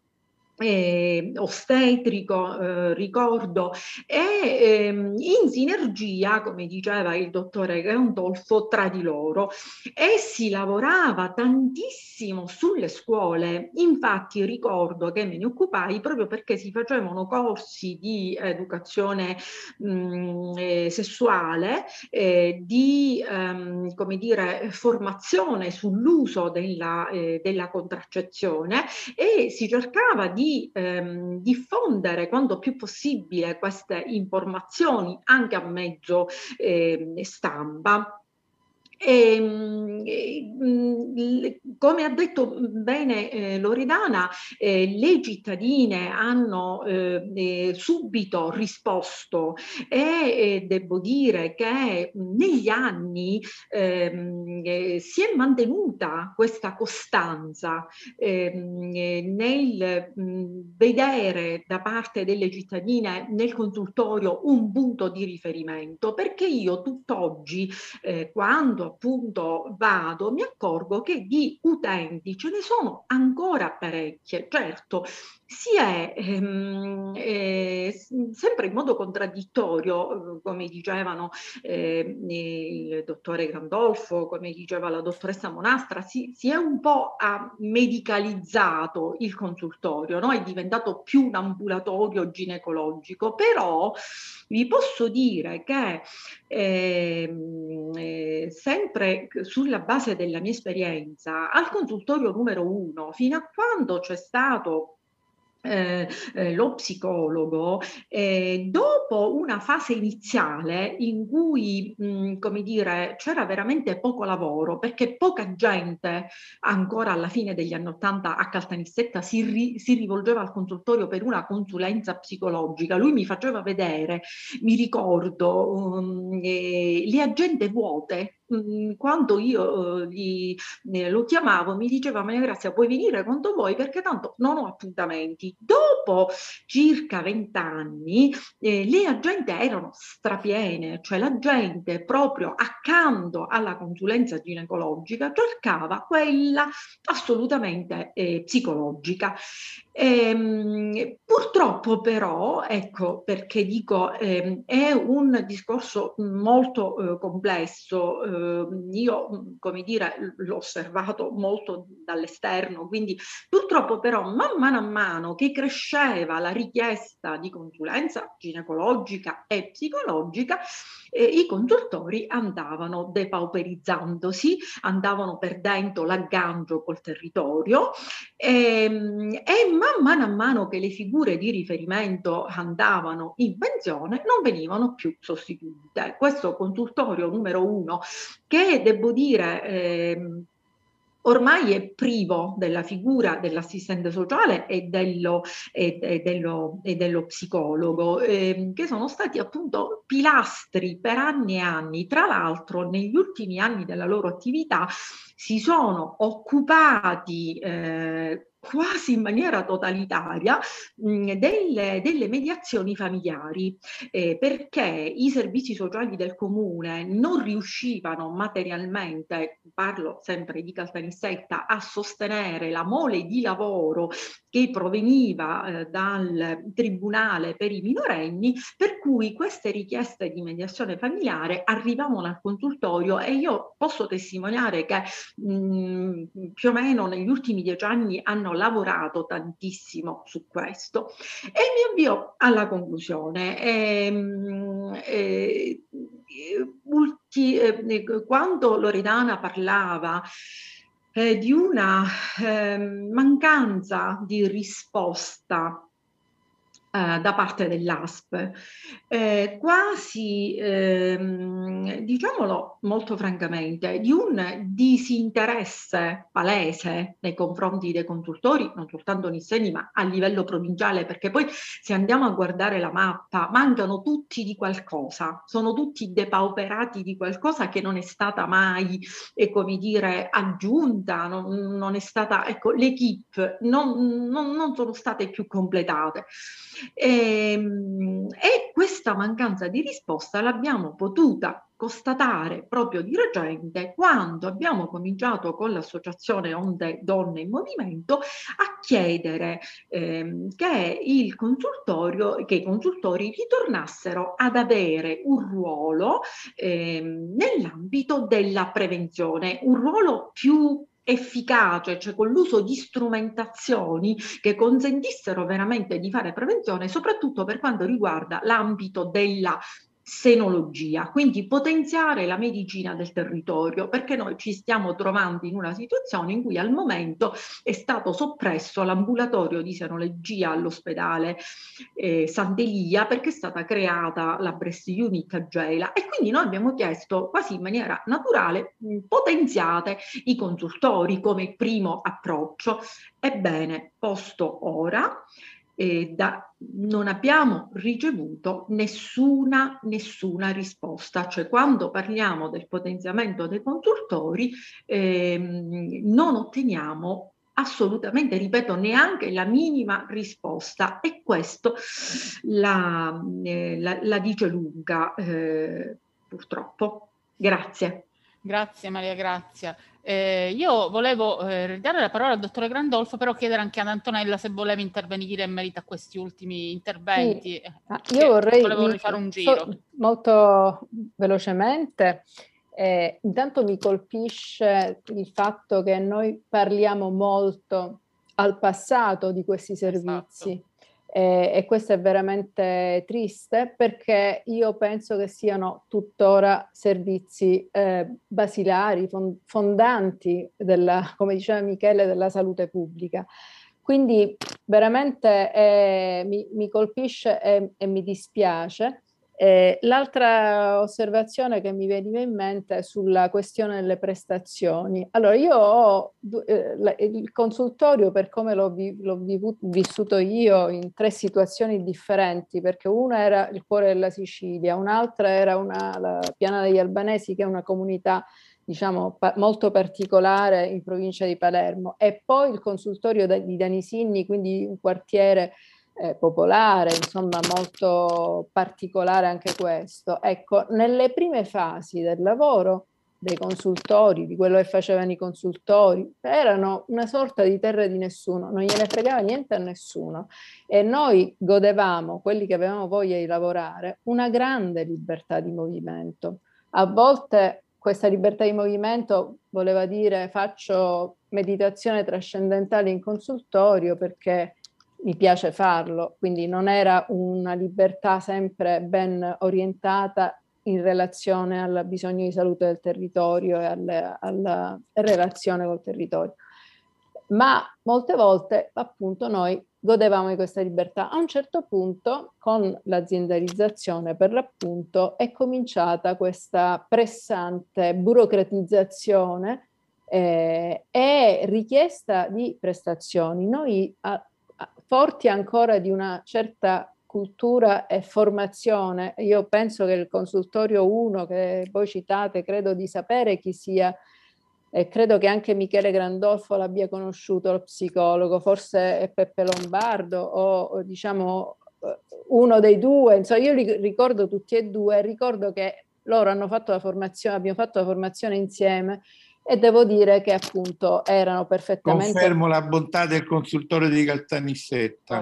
ostetrico, ricordo, e in sinergia, come diceva il dottore Gandolfo, tra di loro, e si lavorava tantissimo sulle scuole. Infatti ricordo che me ne occupai proprio perché si facevano corsi di educazione sessuale, di come dire, formazione sull'uso della contraccezione, e si cercava di diffondere quanto più possibile queste informazioni anche a mezzo stampa. Come ha detto bene Loredana, le cittadine hanno subito risposto, e devo dire che negli anni si è mantenuta questa costanza nel vedere da parte delle cittadine nel consultorio un punto di riferimento, perché io tutt'oggi, quando quando appunto vado mi accorgo che di utenti ce ne sono ancora parecchie. Certo, si è sempre in modo contraddittorio, come dicevano il dottore Gandolfo, come diceva la dottoressa Monastra, si è un po' medicalizzato il consultorio, no? È diventato più un ambulatorio ginecologico, però vi posso dire che sempre sulla base della mia esperienza, al consultorio numero 1, fino a quando c'è stato lo psicologo, dopo una fase iniziale in cui, come dire, c'era veramente poco lavoro, perché poca gente ancora alla fine degli anni '80 a Caltanissetta si rivolgeva al consultorio per una consulenza psicologica. Lui mi faceva vedere, mi ricordo, le agende vuote. Quando io lo chiamavo mi diceva: Maria Grazia, puoi venire quando vuoi perché tanto non ho appuntamenti. Dopo circa 20 anni le agende erano strapiene, cioè la gente proprio accanto alla consulenza ginecologica cercava quella assolutamente psicologica. Purtroppo però, ecco perché dico è un discorso molto complesso. Io, come dire, l'ho osservato molto dall'esterno, quindi purtroppo però man mano che cresceva la richiesta di consulenza ginecologica e psicologica, i consultori andavano depauperizzandosi, andavano perdendo l'aggancio col territorio e man mano che le figure di riferimento andavano in pensione non venivano più sostituite. Questo consultorio numero 1, che devo dire ormai è privo della figura dell'assistente sociale e dello psicologo, che sono stati appunto pilastri per anni e anni. Tra l'altro, negli ultimi anni della loro attività si sono occupati quasi in maniera totalitaria delle mediazioni familiari, perché i servizi sociali del comune non riuscivano materialmente, parlo sempre di Caltanissetta, a sostenere la mole di lavoro che proveniva dal Tribunale per i minorenni, per cui queste richieste di mediazione familiare arrivavano al consultorio e io posso testimoniare che più o meno negli ultimi 10 anni hanno lavorato tantissimo su questo. E mi avvio alla conclusione. Quando Loredana parlava di una mancanza di risposta da parte dell'ASP, quasi, diciamolo molto francamente, di un disinteresse palese nei confronti dei consultori, non soltanto nisseni, ma a livello provinciale, perché poi se andiamo a guardare la mappa, mancano tutti di qualcosa, sono tutti depauperati di qualcosa che non è stata mai, come dire, aggiunta, non è stata, ecco, le equip non sono state più completate. E questa mancanza di risposta l'abbiamo potuta constatare proprio di recente quando abbiamo cominciato con l'associazione Onde Donne in Movimento a chiedere che i consultori ritornassero ad avere un ruolo nell'ambito della prevenzione, un ruolo più efficace, cioè con l'uso di strumentazioni che consentissero veramente di fare prevenzione, soprattutto per quanto riguarda l'ambito della senologia, quindi potenziare la medicina del territorio, perché noi ci stiamo trovando in una situazione in cui al momento è stato soppresso l'ambulatorio di senologia all'ospedale Sant'Elia perché è stata creata la Breast Unit a Gela e quindi noi abbiamo chiesto quasi in maniera naturale potenziate i consultori come primo approccio. Ebbene, posto ora, non abbiamo ricevuto nessuna risposta, cioè quando parliamo del potenziamento dei consultori non otteniamo assolutamente, ripeto, neanche la minima risposta e questo la dice lunga purtroppo. Grazie. Grazie Maria Grazia. Io volevo ridare la parola al dottore Grandolfo, però chiedere anche ad Antonella se voleva intervenire in merito a questi ultimi interventi. Sì. Io volevo rifare un giro. Molto velocemente. Intanto mi colpisce il fatto che noi parliamo molto al passato di questi servizi. Esatto. E questo è veramente triste, perché io penso che siano tuttora servizi basilari, fondanti come diceva Michele, della salute pubblica. Quindi veramente mi colpisce e mi dispiace. L'altra osservazione che mi veniva in mente è sulla questione delle prestazioni. Allora, io ho il consultorio, per come l'ho vissuto io, in 3 situazioni differenti, perché una era il cuore della Sicilia, un'altra era la Piana degli Albanesi, che è una comunità, diciamo, molto particolare in provincia di Palermo, e poi il consultorio di Danisinni, quindi un quartiere popolare, insomma molto particolare anche questo. Ecco, nelle prime fasi del lavoro dei consultori, di quello che facevano i consultori, erano una sorta di terra di nessuno, non gliene fregava niente a nessuno, e noi godevamo, quelli che avevamo voglia di lavorare, una grande libertà di movimento. A volte questa libertà di movimento voleva dire faccio meditazione trascendentale in consultorio perché mi piace farlo, quindi non era una libertà sempre ben orientata in relazione al bisogno di salute del territorio e alla relazione col territorio. Ma molte volte appunto noi godevamo di questa libertà. A un certo punto, con l'aziendalizzazione per l'appunto, è cominciata questa pressante burocratizzazione e richiesta di prestazioni. Noi forti ancora di una certa cultura e formazione, io penso che il consultorio 1 che voi citate, credo di sapere chi sia, e credo che anche Michele Grandolfo l'abbia conosciuto, lo psicologo, forse è Peppe Lombardo o diciamo uno dei due, insomma io li ricordo tutti e due, ricordo che loro hanno fatto la formazione, abbiamo fatto la formazione insieme, e devo dire che appunto erano perfettamente... Confermo la bontà del consultore di Caltanissetta.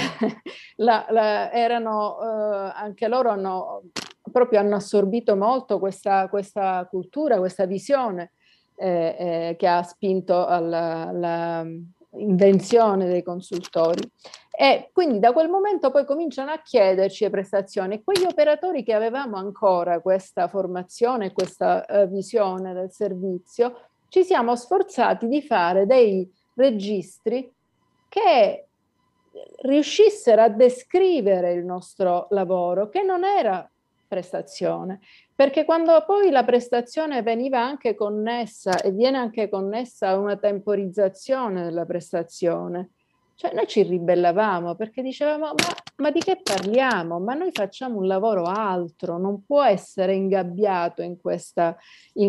Erano, anche loro hanno assorbito molto questa cultura, questa visione che ha spinto alla invenzione dei consultori. E quindi da quel momento poi cominciano a chiederci le prestazioni, e quegli operatori che avevamo ancora questa formazione, questa visione del servizio, ci siamo sforzati di fare dei registri che riuscissero a descrivere il nostro lavoro, che non era prestazione, perché quando poi la prestazione veniva anche connessa e viene anche connessa a una temporizzazione della prestazione, cioè noi ci ribellavamo perché dicevamo ma di che parliamo? Ma noi facciamo un lavoro altro, non può essere ingabbiato in questa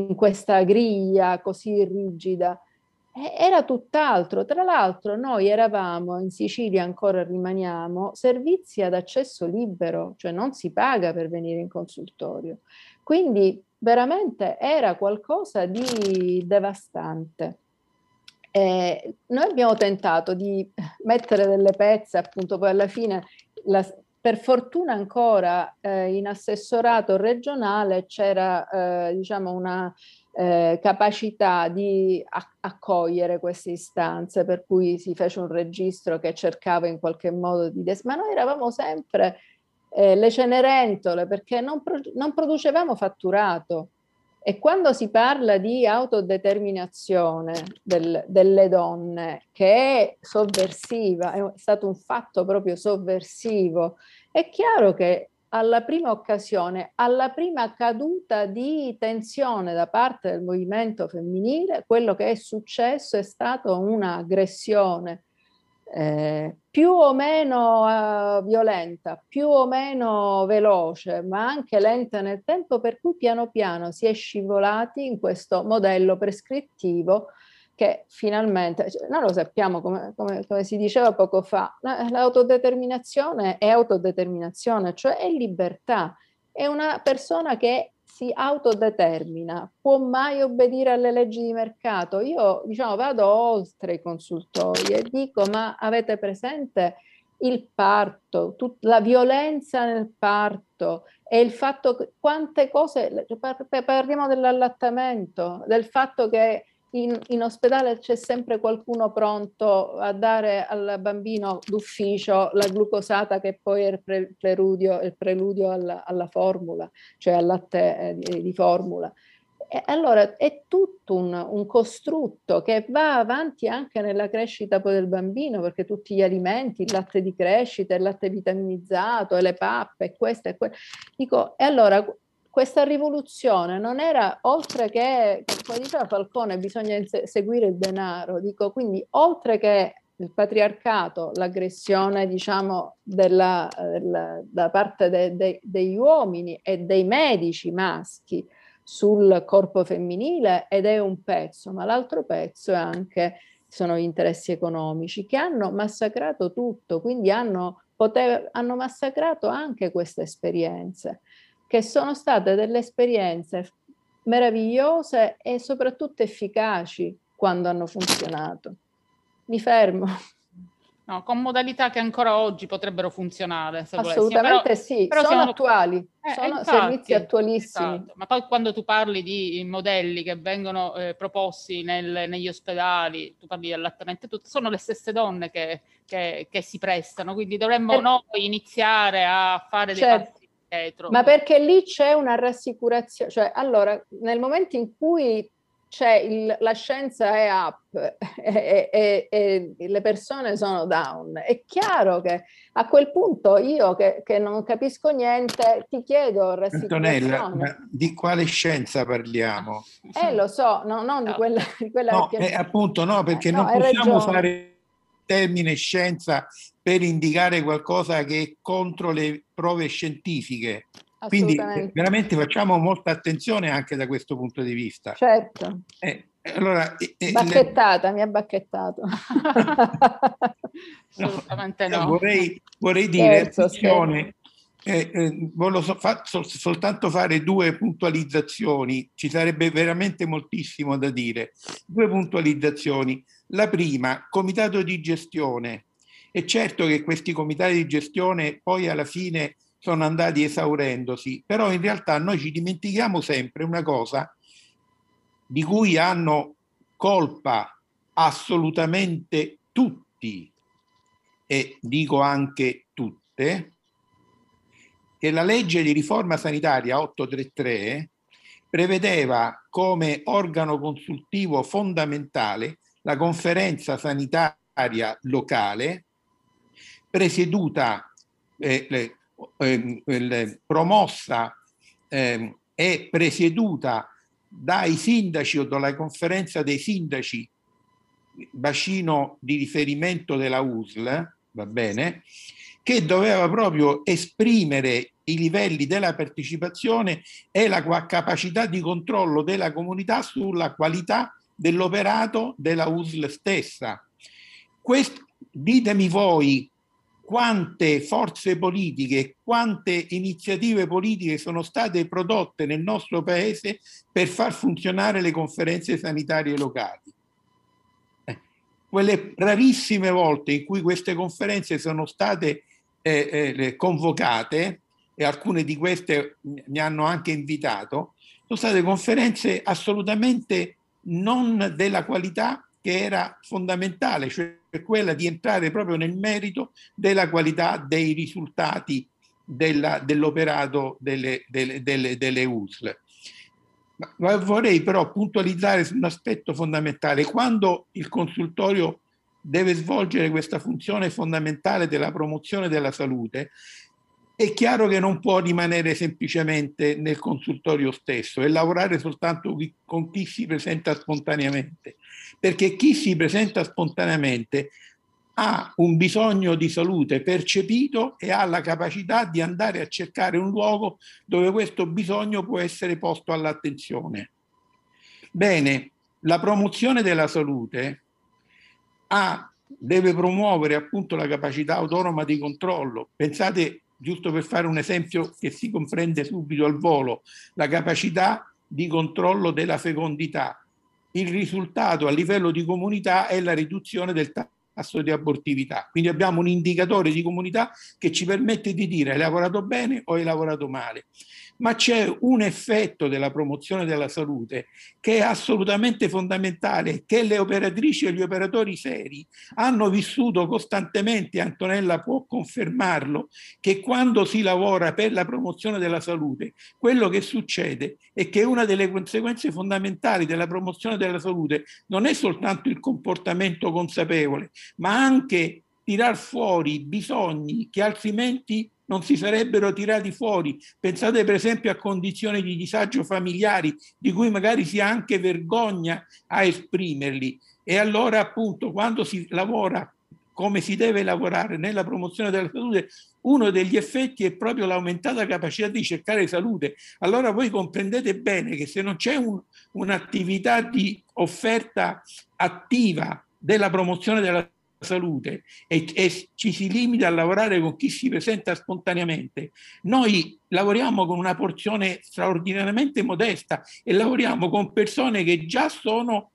griglia così rigida. Era tutt'altro. Tra l'altro noi eravamo, in Sicilia ancora rimaniamo, servizi ad accesso libero, cioè non si paga per venire in consultorio. Quindi veramente era qualcosa di devastante. Noi abbiamo tentato di mettere delle pezze, appunto, poi alla fine, per fortuna ancora in assessorato regionale c'era diciamo una capacità di accogliere queste istanze, per cui si fece un registro che cercava in qualche modo di... ma noi eravamo sempre le cenerentole, perché non producevamo fatturato. E quando si parla di autodeterminazione delle donne, che è sovversiva, è stato un fatto proprio sovversivo, è chiaro che alla prima occasione, alla prima caduta di tensione da parte del movimento femminile, quello che è successo è stato un'aggressione più o meno violenta, più o meno veloce, ma anche lenta nel tempo, per cui piano piano si è scivolati in questo modello prescrittivo che finalmente, noi lo sappiamo, come si diceva poco fa, l'autodeterminazione è autodeterminazione, cioè è libertà, è una persona che si autodetermina, può mai obbedire alle leggi di mercato? Io, diciamo, vado oltre i consultori e dico, ma avete presente il parto, la violenza nel parto e il fatto che quante cose, parliamo dell'allattamento, del fatto che in ospedale c'è sempre qualcuno pronto a dare al bambino d'ufficio la glucosata che poi è il preludio alla formula, cioè al latte di formula. E allora è tutto un costrutto che va avanti anche nella crescita poi del bambino, perché tutti gli alimenti, il latte di crescita, il latte vitaminizzato, e le pappe, questo e quello. Dico, e allora questa rivoluzione non era, oltre che, come diceva Falcone, bisogna seguire il denaro, dico, quindi oltre che il patriarcato, l'aggressione, diciamo, da parte degli uomini e dei medici maschi sul corpo femminile, ed è un pezzo, ma l'altro pezzo è anche, sono gli interessi economici che hanno massacrato tutto, quindi hanno massacrato anche queste esperienze, che sono state delle esperienze meravigliose e soprattutto efficaci quando hanno funzionato. Mi fermo. No, con modalità che ancora oggi potrebbero funzionare. Se assolutamente sì, però sono attuali, sono infatti, servizi attualissimi. Esatto. Ma poi quando tu parli di modelli che vengono proposti negli ospedali, tu parli di allattamento e tutto, sono le stesse donne che si prestano, quindi dovremmo noi iniziare a fare dei passi dietro. Ma perché lì c'è una rassicurazione, cioè allora nel momento in cui la scienza è up e le persone sono down, è chiaro che a quel punto io che non capisco niente ti chiedo rassicurazione. Antonella, ma di quale scienza parliamo? Lo so, non di quella no, che... appunto no, perché non possiamo fare il termine scienza per indicare qualcosa che è contro le prove scientifiche. Quindi veramente facciamo molta attenzione anche da questo punto di vista. Certo. Allora, mi ha bacchettato. Assolutamente no. Vorrei dire, attenzione, voglio soltanto fare due puntualizzazioni, ci sarebbe veramente moltissimo da dire. Due puntualizzazioni. La prima, comitato di gestione. È certo che questi comitati di gestione poi alla fine sono andati esaurendosi, però in realtà noi ci dimentichiamo sempre una cosa di cui hanno colpa assolutamente tutti, e dico anche tutte, che la legge di riforma sanitaria 833 prevedeva come organo consultivo fondamentale la conferenza sanitaria locale presieduta promossa e presieduta dai sindaci o dalla conferenza dei sindaci bacino di riferimento della USL, va bene, che doveva proprio esprimere i livelli della partecipazione e la capacità di controllo della comunità sulla qualità dell'operato della USL stessa. Ditemi voi quante forze politiche, quante iniziative politiche sono state prodotte nel nostro paese per far funzionare le conferenze sanitarie locali. Quelle rarissime volte in cui queste conferenze sono state convocate, e alcune di queste mi hanno anche invitato, sono state conferenze assolutamente non della qualità che era fondamentale, cioè quella di entrare proprio nel merito della qualità dei risultati dell'operato delle USL. Ma vorrei però puntualizzare su un aspetto fondamentale. Quando il consultorio deve svolgere questa funzione fondamentale della promozione della salute, è chiaro che non può rimanere semplicemente nel consultorio stesso e lavorare soltanto con chi si presenta spontaneamente, perché chi si presenta spontaneamente ha un bisogno di salute percepito e ha la capacità di andare a cercare un luogo dove questo bisogno può essere posto all'attenzione. Bene, la promozione della salute deve promuovere appunto la capacità autonoma di controllo. Pensate giusto per fare un esempio che si comprende subito al volo, la capacità di controllo della fecondità. Il risultato a livello di comunità è la riduzione del tasso di abortività. Quindi abbiamo un indicatore di comunità che ci permette di dire hai lavorato bene o hai lavorato male. Ma c'è un effetto della promozione della salute che è assolutamente fondamentale, che le operatrici e gli operatori seri hanno vissuto costantemente, Antonella può confermarlo, che quando si lavora per la promozione della salute, quello che succede è che una delle conseguenze fondamentali della promozione della salute non è soltanto il comportamento consapevole, ma anche tirar fuori bisogni che altrimenti non si sarebbero tirati fuori. Pensate per esempio a condizioni di disagio familiari di cui magari si ha anche vergogna a esprimerli. E allora appunto quando si lavora come si deve lavorare nella promozione della salute, uno degli effetti è proprio l'aumentata capacità di cercare salute. Allora voi comprendete bene che se non c'è un'attività di offerta attiva della promozione della salute e ci si limita a lavorare con chi si presenta spontaneamente, noi lavoriamo con una porzione straordinariamente modesta e lavoriamo con persone che già sono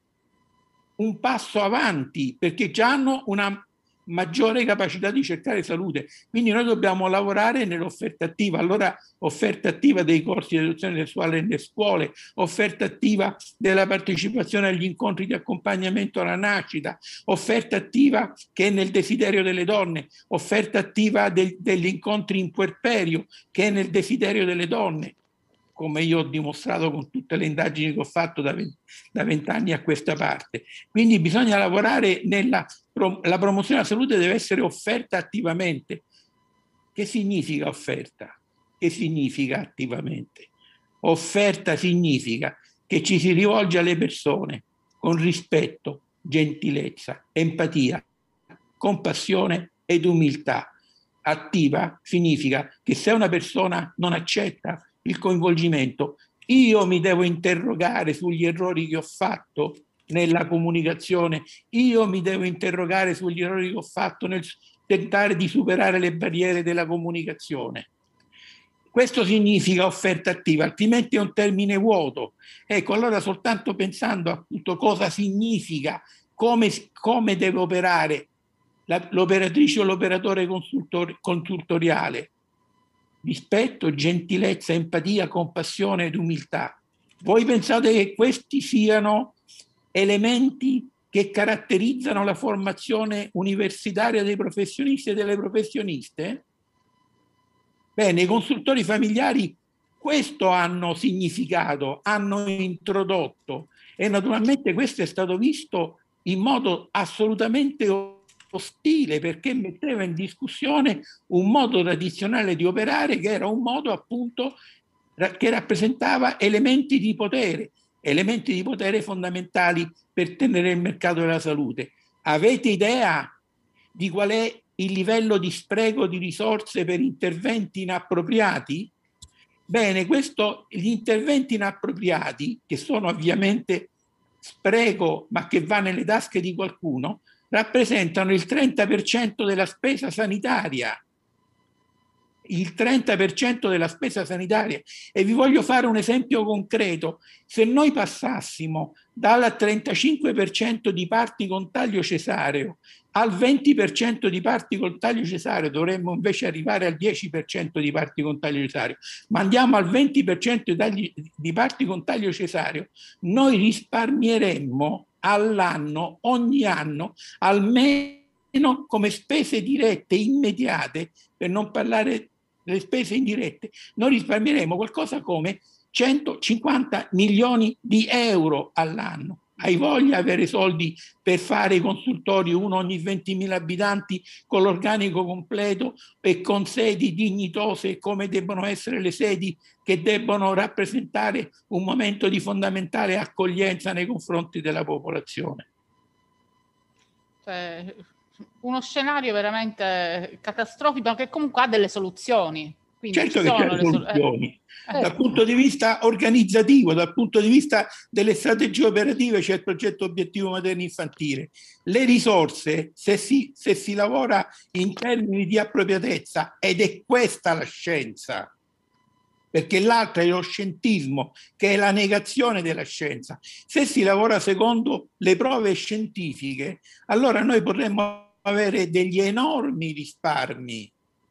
un passo avanti perché già hanno una maggiore capacità di cercare salute. Quindi noi dobbiamo lavorare nell'offerta attiva. Allora offerta attiva dei corsi di educazione sessuale nelle scuole, offerta attiva della partecipazione agli incontri di accompagnamento alla nascita, offerta attiva che è nel desiderio delle donne, offerta attiva degli incontri in puerperio che è nel desiderio delle donne, come io ho dimostrato con tutte le indagini che ho fatto da 20 anni a questa parte. Quindi bisogna lavorare la promozione della salute deve essere offerta attivamente. Che significa offerta? Che significa attivamente? Offerta significa che ci si rivolge alle persone con rispetto, gentilezza, empatia, compassione ed umiltà. Attiva significa che se una persona non accetta il coinvolgimento, io mi devo interrogare sugli errori che ho fatto nella comunicazione, io mi devo interrogare sugli errori che ho fatto nel tentare di superare le barriere della comunicazione. Questo significa offerta attiva, altrimenti è un termine vuoto. Ecco, allora soltanto pensando appunto cosa significa, come deve operare l'operatrice o l'operatore consultoriale, rispetto, gentilezza, empatia, compassione ed umiltà. Voi pensate che questi siano elementi che caratterizzano la formazione universitaria dei professionisti e delle professioniste? Bene, i consultori familiari questo hanno significato, hanno introdotto e naturalmente questo è stato visto in modo assolutamente ostile perché metteva in discussione un modo tradizionale di operare che era un modo appunto che rappresentava elementi di potere fondamentali per tenere il mercato della salute. Avete idea di qual è il livello di spreco di risorse per interventi inappropriati? Bene, gli interventi inappropriati, che sono ovviamente spreco ma che va nelle tasche di qualcuno, rappresentano il 30% della spesa sanitaria. Il 30% della spesa sanitaria. E vi voglio fare un esempio concreto. Se noi passassimo dal 35% di parti con taglio cesareo al 20% di parti con taglio cesareo, dovremmo invece arrivare al 10% di parti con taglio cesareo, ma andiamo al 20% di parti con taglio cesareo, noi risparmieremmo all'anno, ogni anno, almeno come spese dirette immediate, per non parlare delle spese indirette, noi risparmieremo qualcosa come 150 milioni di euro all'anno. Hai voglia di avere soldi per fare i consultori, uno ogni 20.000 abitanti, con l'organico completo e con sedi dignitose come debbono essere le sedi che debbono rappresentare un momento di fondamentale accoglienza nei confronti della popolazione? Uno scenario veramente catastrofico, ma che comunque ha delle soluzioni. Quindi certo ci che sono c'è le soluzioni. Dal punto di vista organizzativo, dal punto di vista delle strategie operative c'è il progetto obiettivo materno infantile. Le risorse, se si lavora in termini di appropriatezza, ed è questa la scienza, perché l'altra è lo scientismo, che è la negazione della scienza. Se si lavora secondo le prove scientifiche, allora noi potremmo avere degli enormi risparmi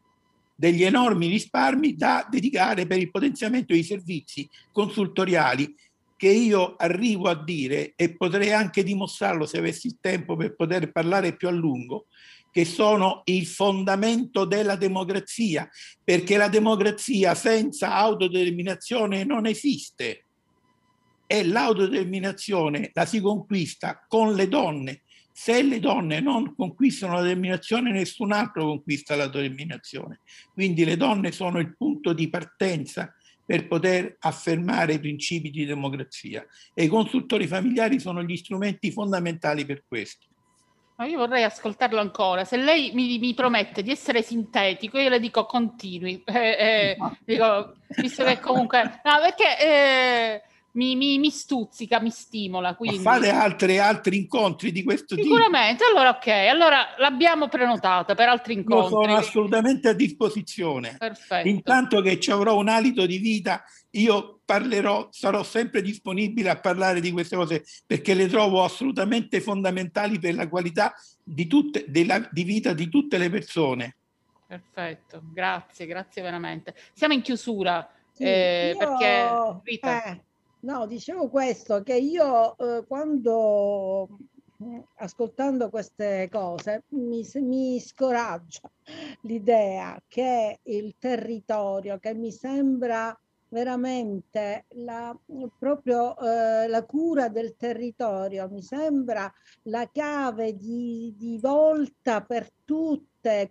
da dedicare per il potenziamento dei servizi consultoriali, che io arrivo a dire, e potrei anche dimostrarlo se avessi il tempo per poter parlare più a lungo, che sono il fondamento della democrazia, perché la democrazia senza autodeterminazione non esiste, e l'autodeterminazione la si conquista con le donne. Se le donne non conquistano la determinazione, nessun altro conquista la determinazione. Quindi le donne sono il punto di partenza per poter affermare i principi di democrazia, e i consultori familiari sono gli strumenti fondamentali per questo. Ma io vorrei ascoltarlo ancora. Se lei mi promette di essere sintetico, io le dico continui. Dico, visto che comunque... No, perché mi stuzzica, mi stimola. Quindi... Ma fate altri incontri di questo tipo? Sicuramente. Allora, ok. Allora l'abbiamo prenotata per altri incontri. Io sono assolutamente a disposizione. Perfetto. Intanto che ci avrò un alito di vita, io sarò sempre disponibile a parlare di queste cose, perché le trovo assolutamente fondamentali per la qualità di vita di tutte le persone. Perfetto, grazie veramente. Siamo in chiusura, Sì, perché Rita... no, dicevo questo, che io quando ascoltando queste cose mi scoraggia l'idea che il territorio, che mi sembra veramente proprio la cura del territorio, mi sembra la chiave di volta per tutte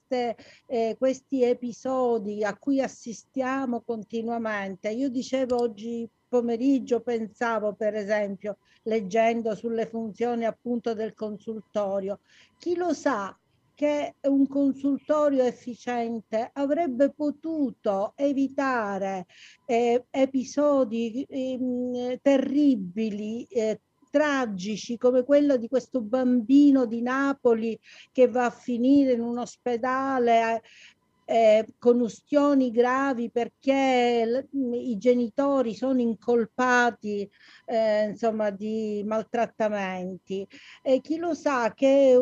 questi episodi a cui assistiamo continuamente. Io dicevo oggi pomeriggio, pensavo per esempio, leggendo sulle funzioni appunto del consultorio, chi lo sa che un consultorio efficiente avrebbe potuto evitare episodi terribili, tragici, come quello di questo bambino di Napoli che va a finire in un ospedale con ustioni gravi perché i genitori sono incolpati insomma di maltrattamenti. E chi lo sa che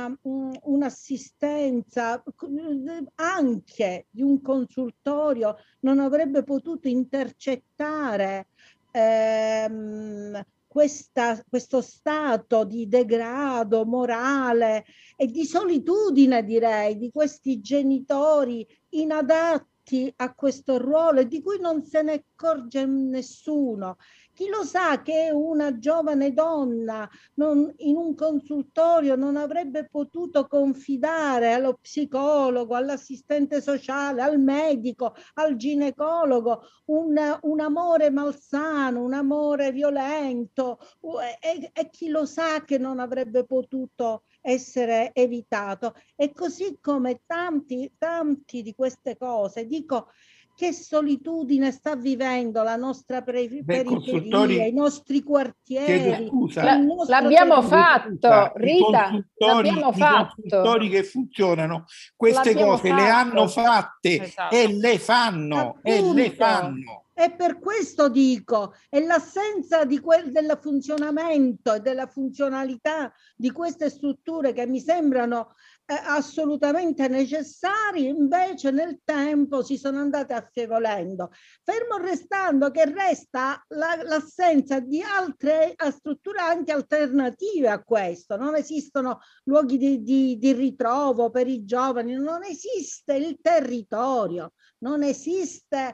un'assistenza anche di un consultorio non avrebbe potuto intercettare questo stato di degrado morale e di solitudine, direi, di questi genitori inadatti a questo ruolo e di cui non se ne accorge nessuno. Chi lo sa che una giovane donna in un consultorio non avrebbe potuto confidare allo psicologo, all'assistente sociale, al medico, al ginecologo un amore malsano, un amore violento, e chi lo sa che non avrebbe potuto essere evitato. E così come tanti di queste cose, dico, che solitudine sta vivendo la nostra periferia, i nostri quartieri. L'abbiamo fatto, Rita, l'abbiamo fatto. I consultori che funzionano, queste cose le hanno fatte, esatto. E le fanno, appunto. E le fanno. E per questo dico, è l'assenza del funzionamento e della funzionalità di queste strutture che mi sembrano assolutamente necessari, invece nel tempo si sono andate affievolendo, fermo restando che resta l'assenza di altre strutture anche alternative a questo. Non esistono luoghi di ritrovo per i giovani, non esiste il territorio, non esiste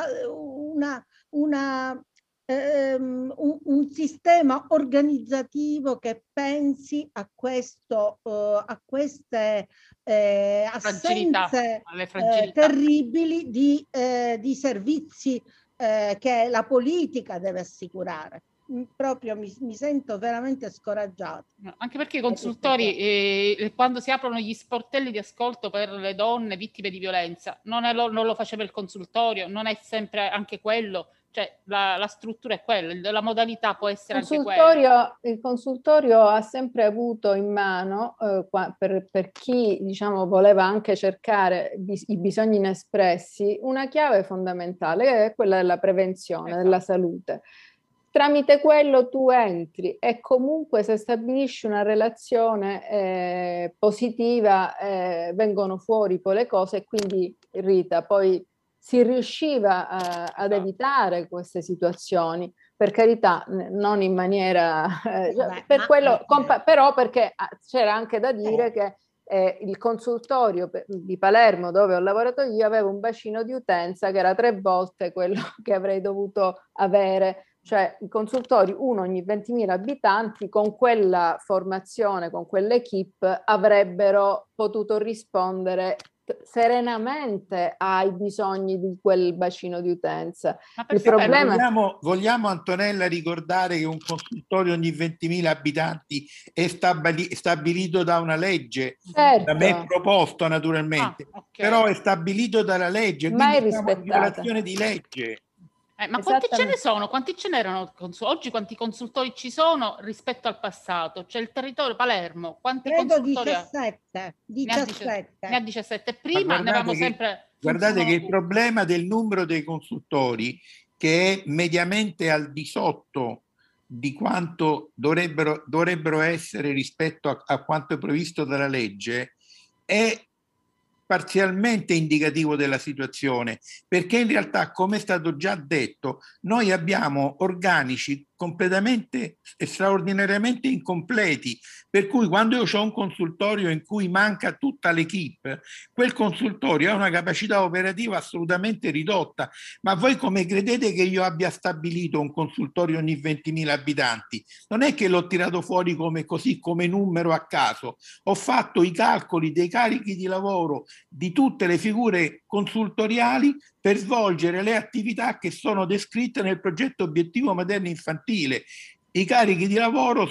un sistema organizzativo che pensi a questo, a queste assenze terribili di servizi che la politica deve assicurare. proprio mi sento veramente scoraggiata. Anche perché i consultori, quando si aprono gli sportelli di ascolto per le donne vittime di violenza, non lo faceva il consultorio, non è sempre anche quello, cioè la struttura è quella, la modalità può essere anche quella. Il consultorio ha sempre avuto in mano, per chi diciamo voleva anche cercare i bisogni inespressi, una chiave fondamentale, che è quella della prevenzione, della salute. Tramite quello tu entri e comunque se stabilisci una relazione positiva vengono fuori poi le cose, e quindi Rita poi si riusciva ad evitare queste situazioni, per carità non in maniera però perché c'era anche da dire che il consultorio di Palermo dove ho lavorato io aveva un bacino di utenza che era 3 volte quello che avrei dovuto avere. Cioè i consultori, uno ogni 20.000 abitanti, con quella formazione, con quell'equipe, avrebbero potuto rispondere serenamente ai bisogni di quel bacino di utenza. Il problema vogliamo Antonella ricordare che un consultorio ogni 20.000 abitanti è stabilito da una legge, da me proposto naturalmente, però è stabilito dalla legge, quindi è una violazione di legge. Ma quanti ce ne sono? Quanti ce n'erano? Oggi quanti consultori ci sono rispetto al passato? C'è il territorio Palermo, quanti consultori 17. Ne ha 17. Prima ne avevamo sempre... Guardate che il problema del numero dei consultori, che è mediamente al di sotto di quanto dovrebbero essere rispetto a quanto è previsto dalla legge, è parzialmente indicativo della situazione, perché in realtà, come è stato già detto, noi abbiamo organici completamente e straordinariamente incompleti, per cui quando io ho un consultorio in cui manca tutta l'equipe, quel consultorio ha una capacità operativa assolutamente ridotta. Ma voi come credete che io abbia stabilito un consultorio ogni 20.000 abitanti? Non è che l'ho tirato fuori come numero a caso, ho fatto i calcoli dei carichi di lavoro di tutte le figure consultoriali per svolgere le attività che sono descritte nel progetto obiettivo materno-infantile. I carichi di lavoro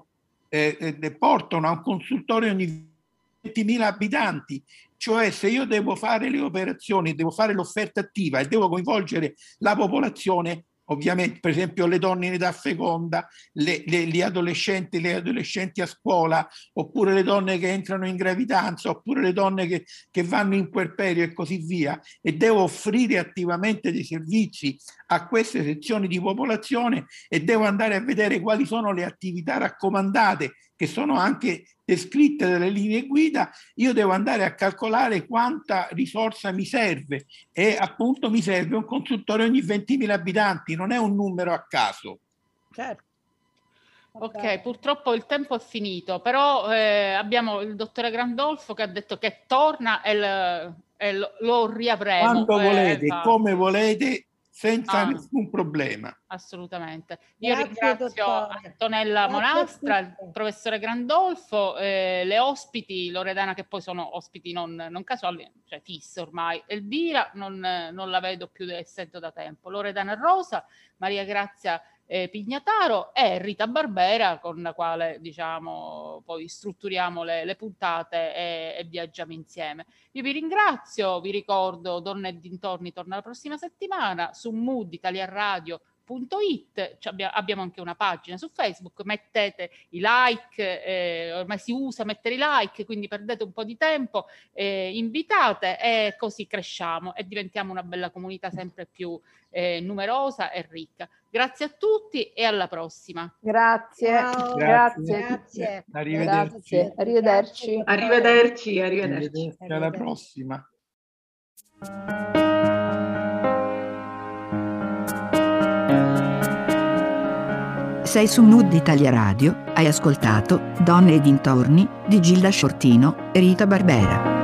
portano a un consultorio ogni 20.000 abitanti, cioè se io devo fare le operazioni, devo fare l'offerta attiva e devo coinvolgere la popolazione, ovviamente per esempio le donne in età feconda, gli adolescenti a scuola, oppure le donne che entrano in gravidanza, oppure le donne che vanno in puerperio e così via, e devo offrire attivamente dei servizi a queste sezioni di popolazione e devo andare a vedere quali sono le attività raccomandate che sono anche descritte dalle linee guida. Io devo andare a calcolare quanta risorsa mi serve e appunto mi serve un consultore ogni 20.000 abitanti, non è un numero a caso. Certo. Ok, purtroppo il tempo è finito, però abbiamo il dottore Grandolfo che ha detto che torna e lo riavremo. Quando volete, come volete, senza nessun problema. Assolutamente. Io ringrazio Antonella Monastra, il professore Grandolfo, le ospiti, Loredana, che poi sono ospiti non casuali, cioè fisse ormai, Elvira non la vedo più e sento da tempo, Loredana Rosa, Maria Grazia Pignataro e Rita Barbera, con la quale diciamo poi strutturiamo le puntate e viaggiamo insieme. Io vi ringrazio, vi ricordo Donne e dintorni torna la prossima settimana su Mood Italia Radio. Abbiamo anche una pagina su Facebook, mettete i like, ormai si usa mettere i like, quindi perdete un po' di tempo, invitate e così cresciamo e diventiamo una bella comunità sempre più numerosa e ricca. Grazie a tutti e alla prossima. Grazie. Grazie. Arrivederci. Arrivederci. Alla prossima. Sei su Mood Italia Radio, hai ascoltato Donne e dintorni di Gilda Shortino e Rita Barbera.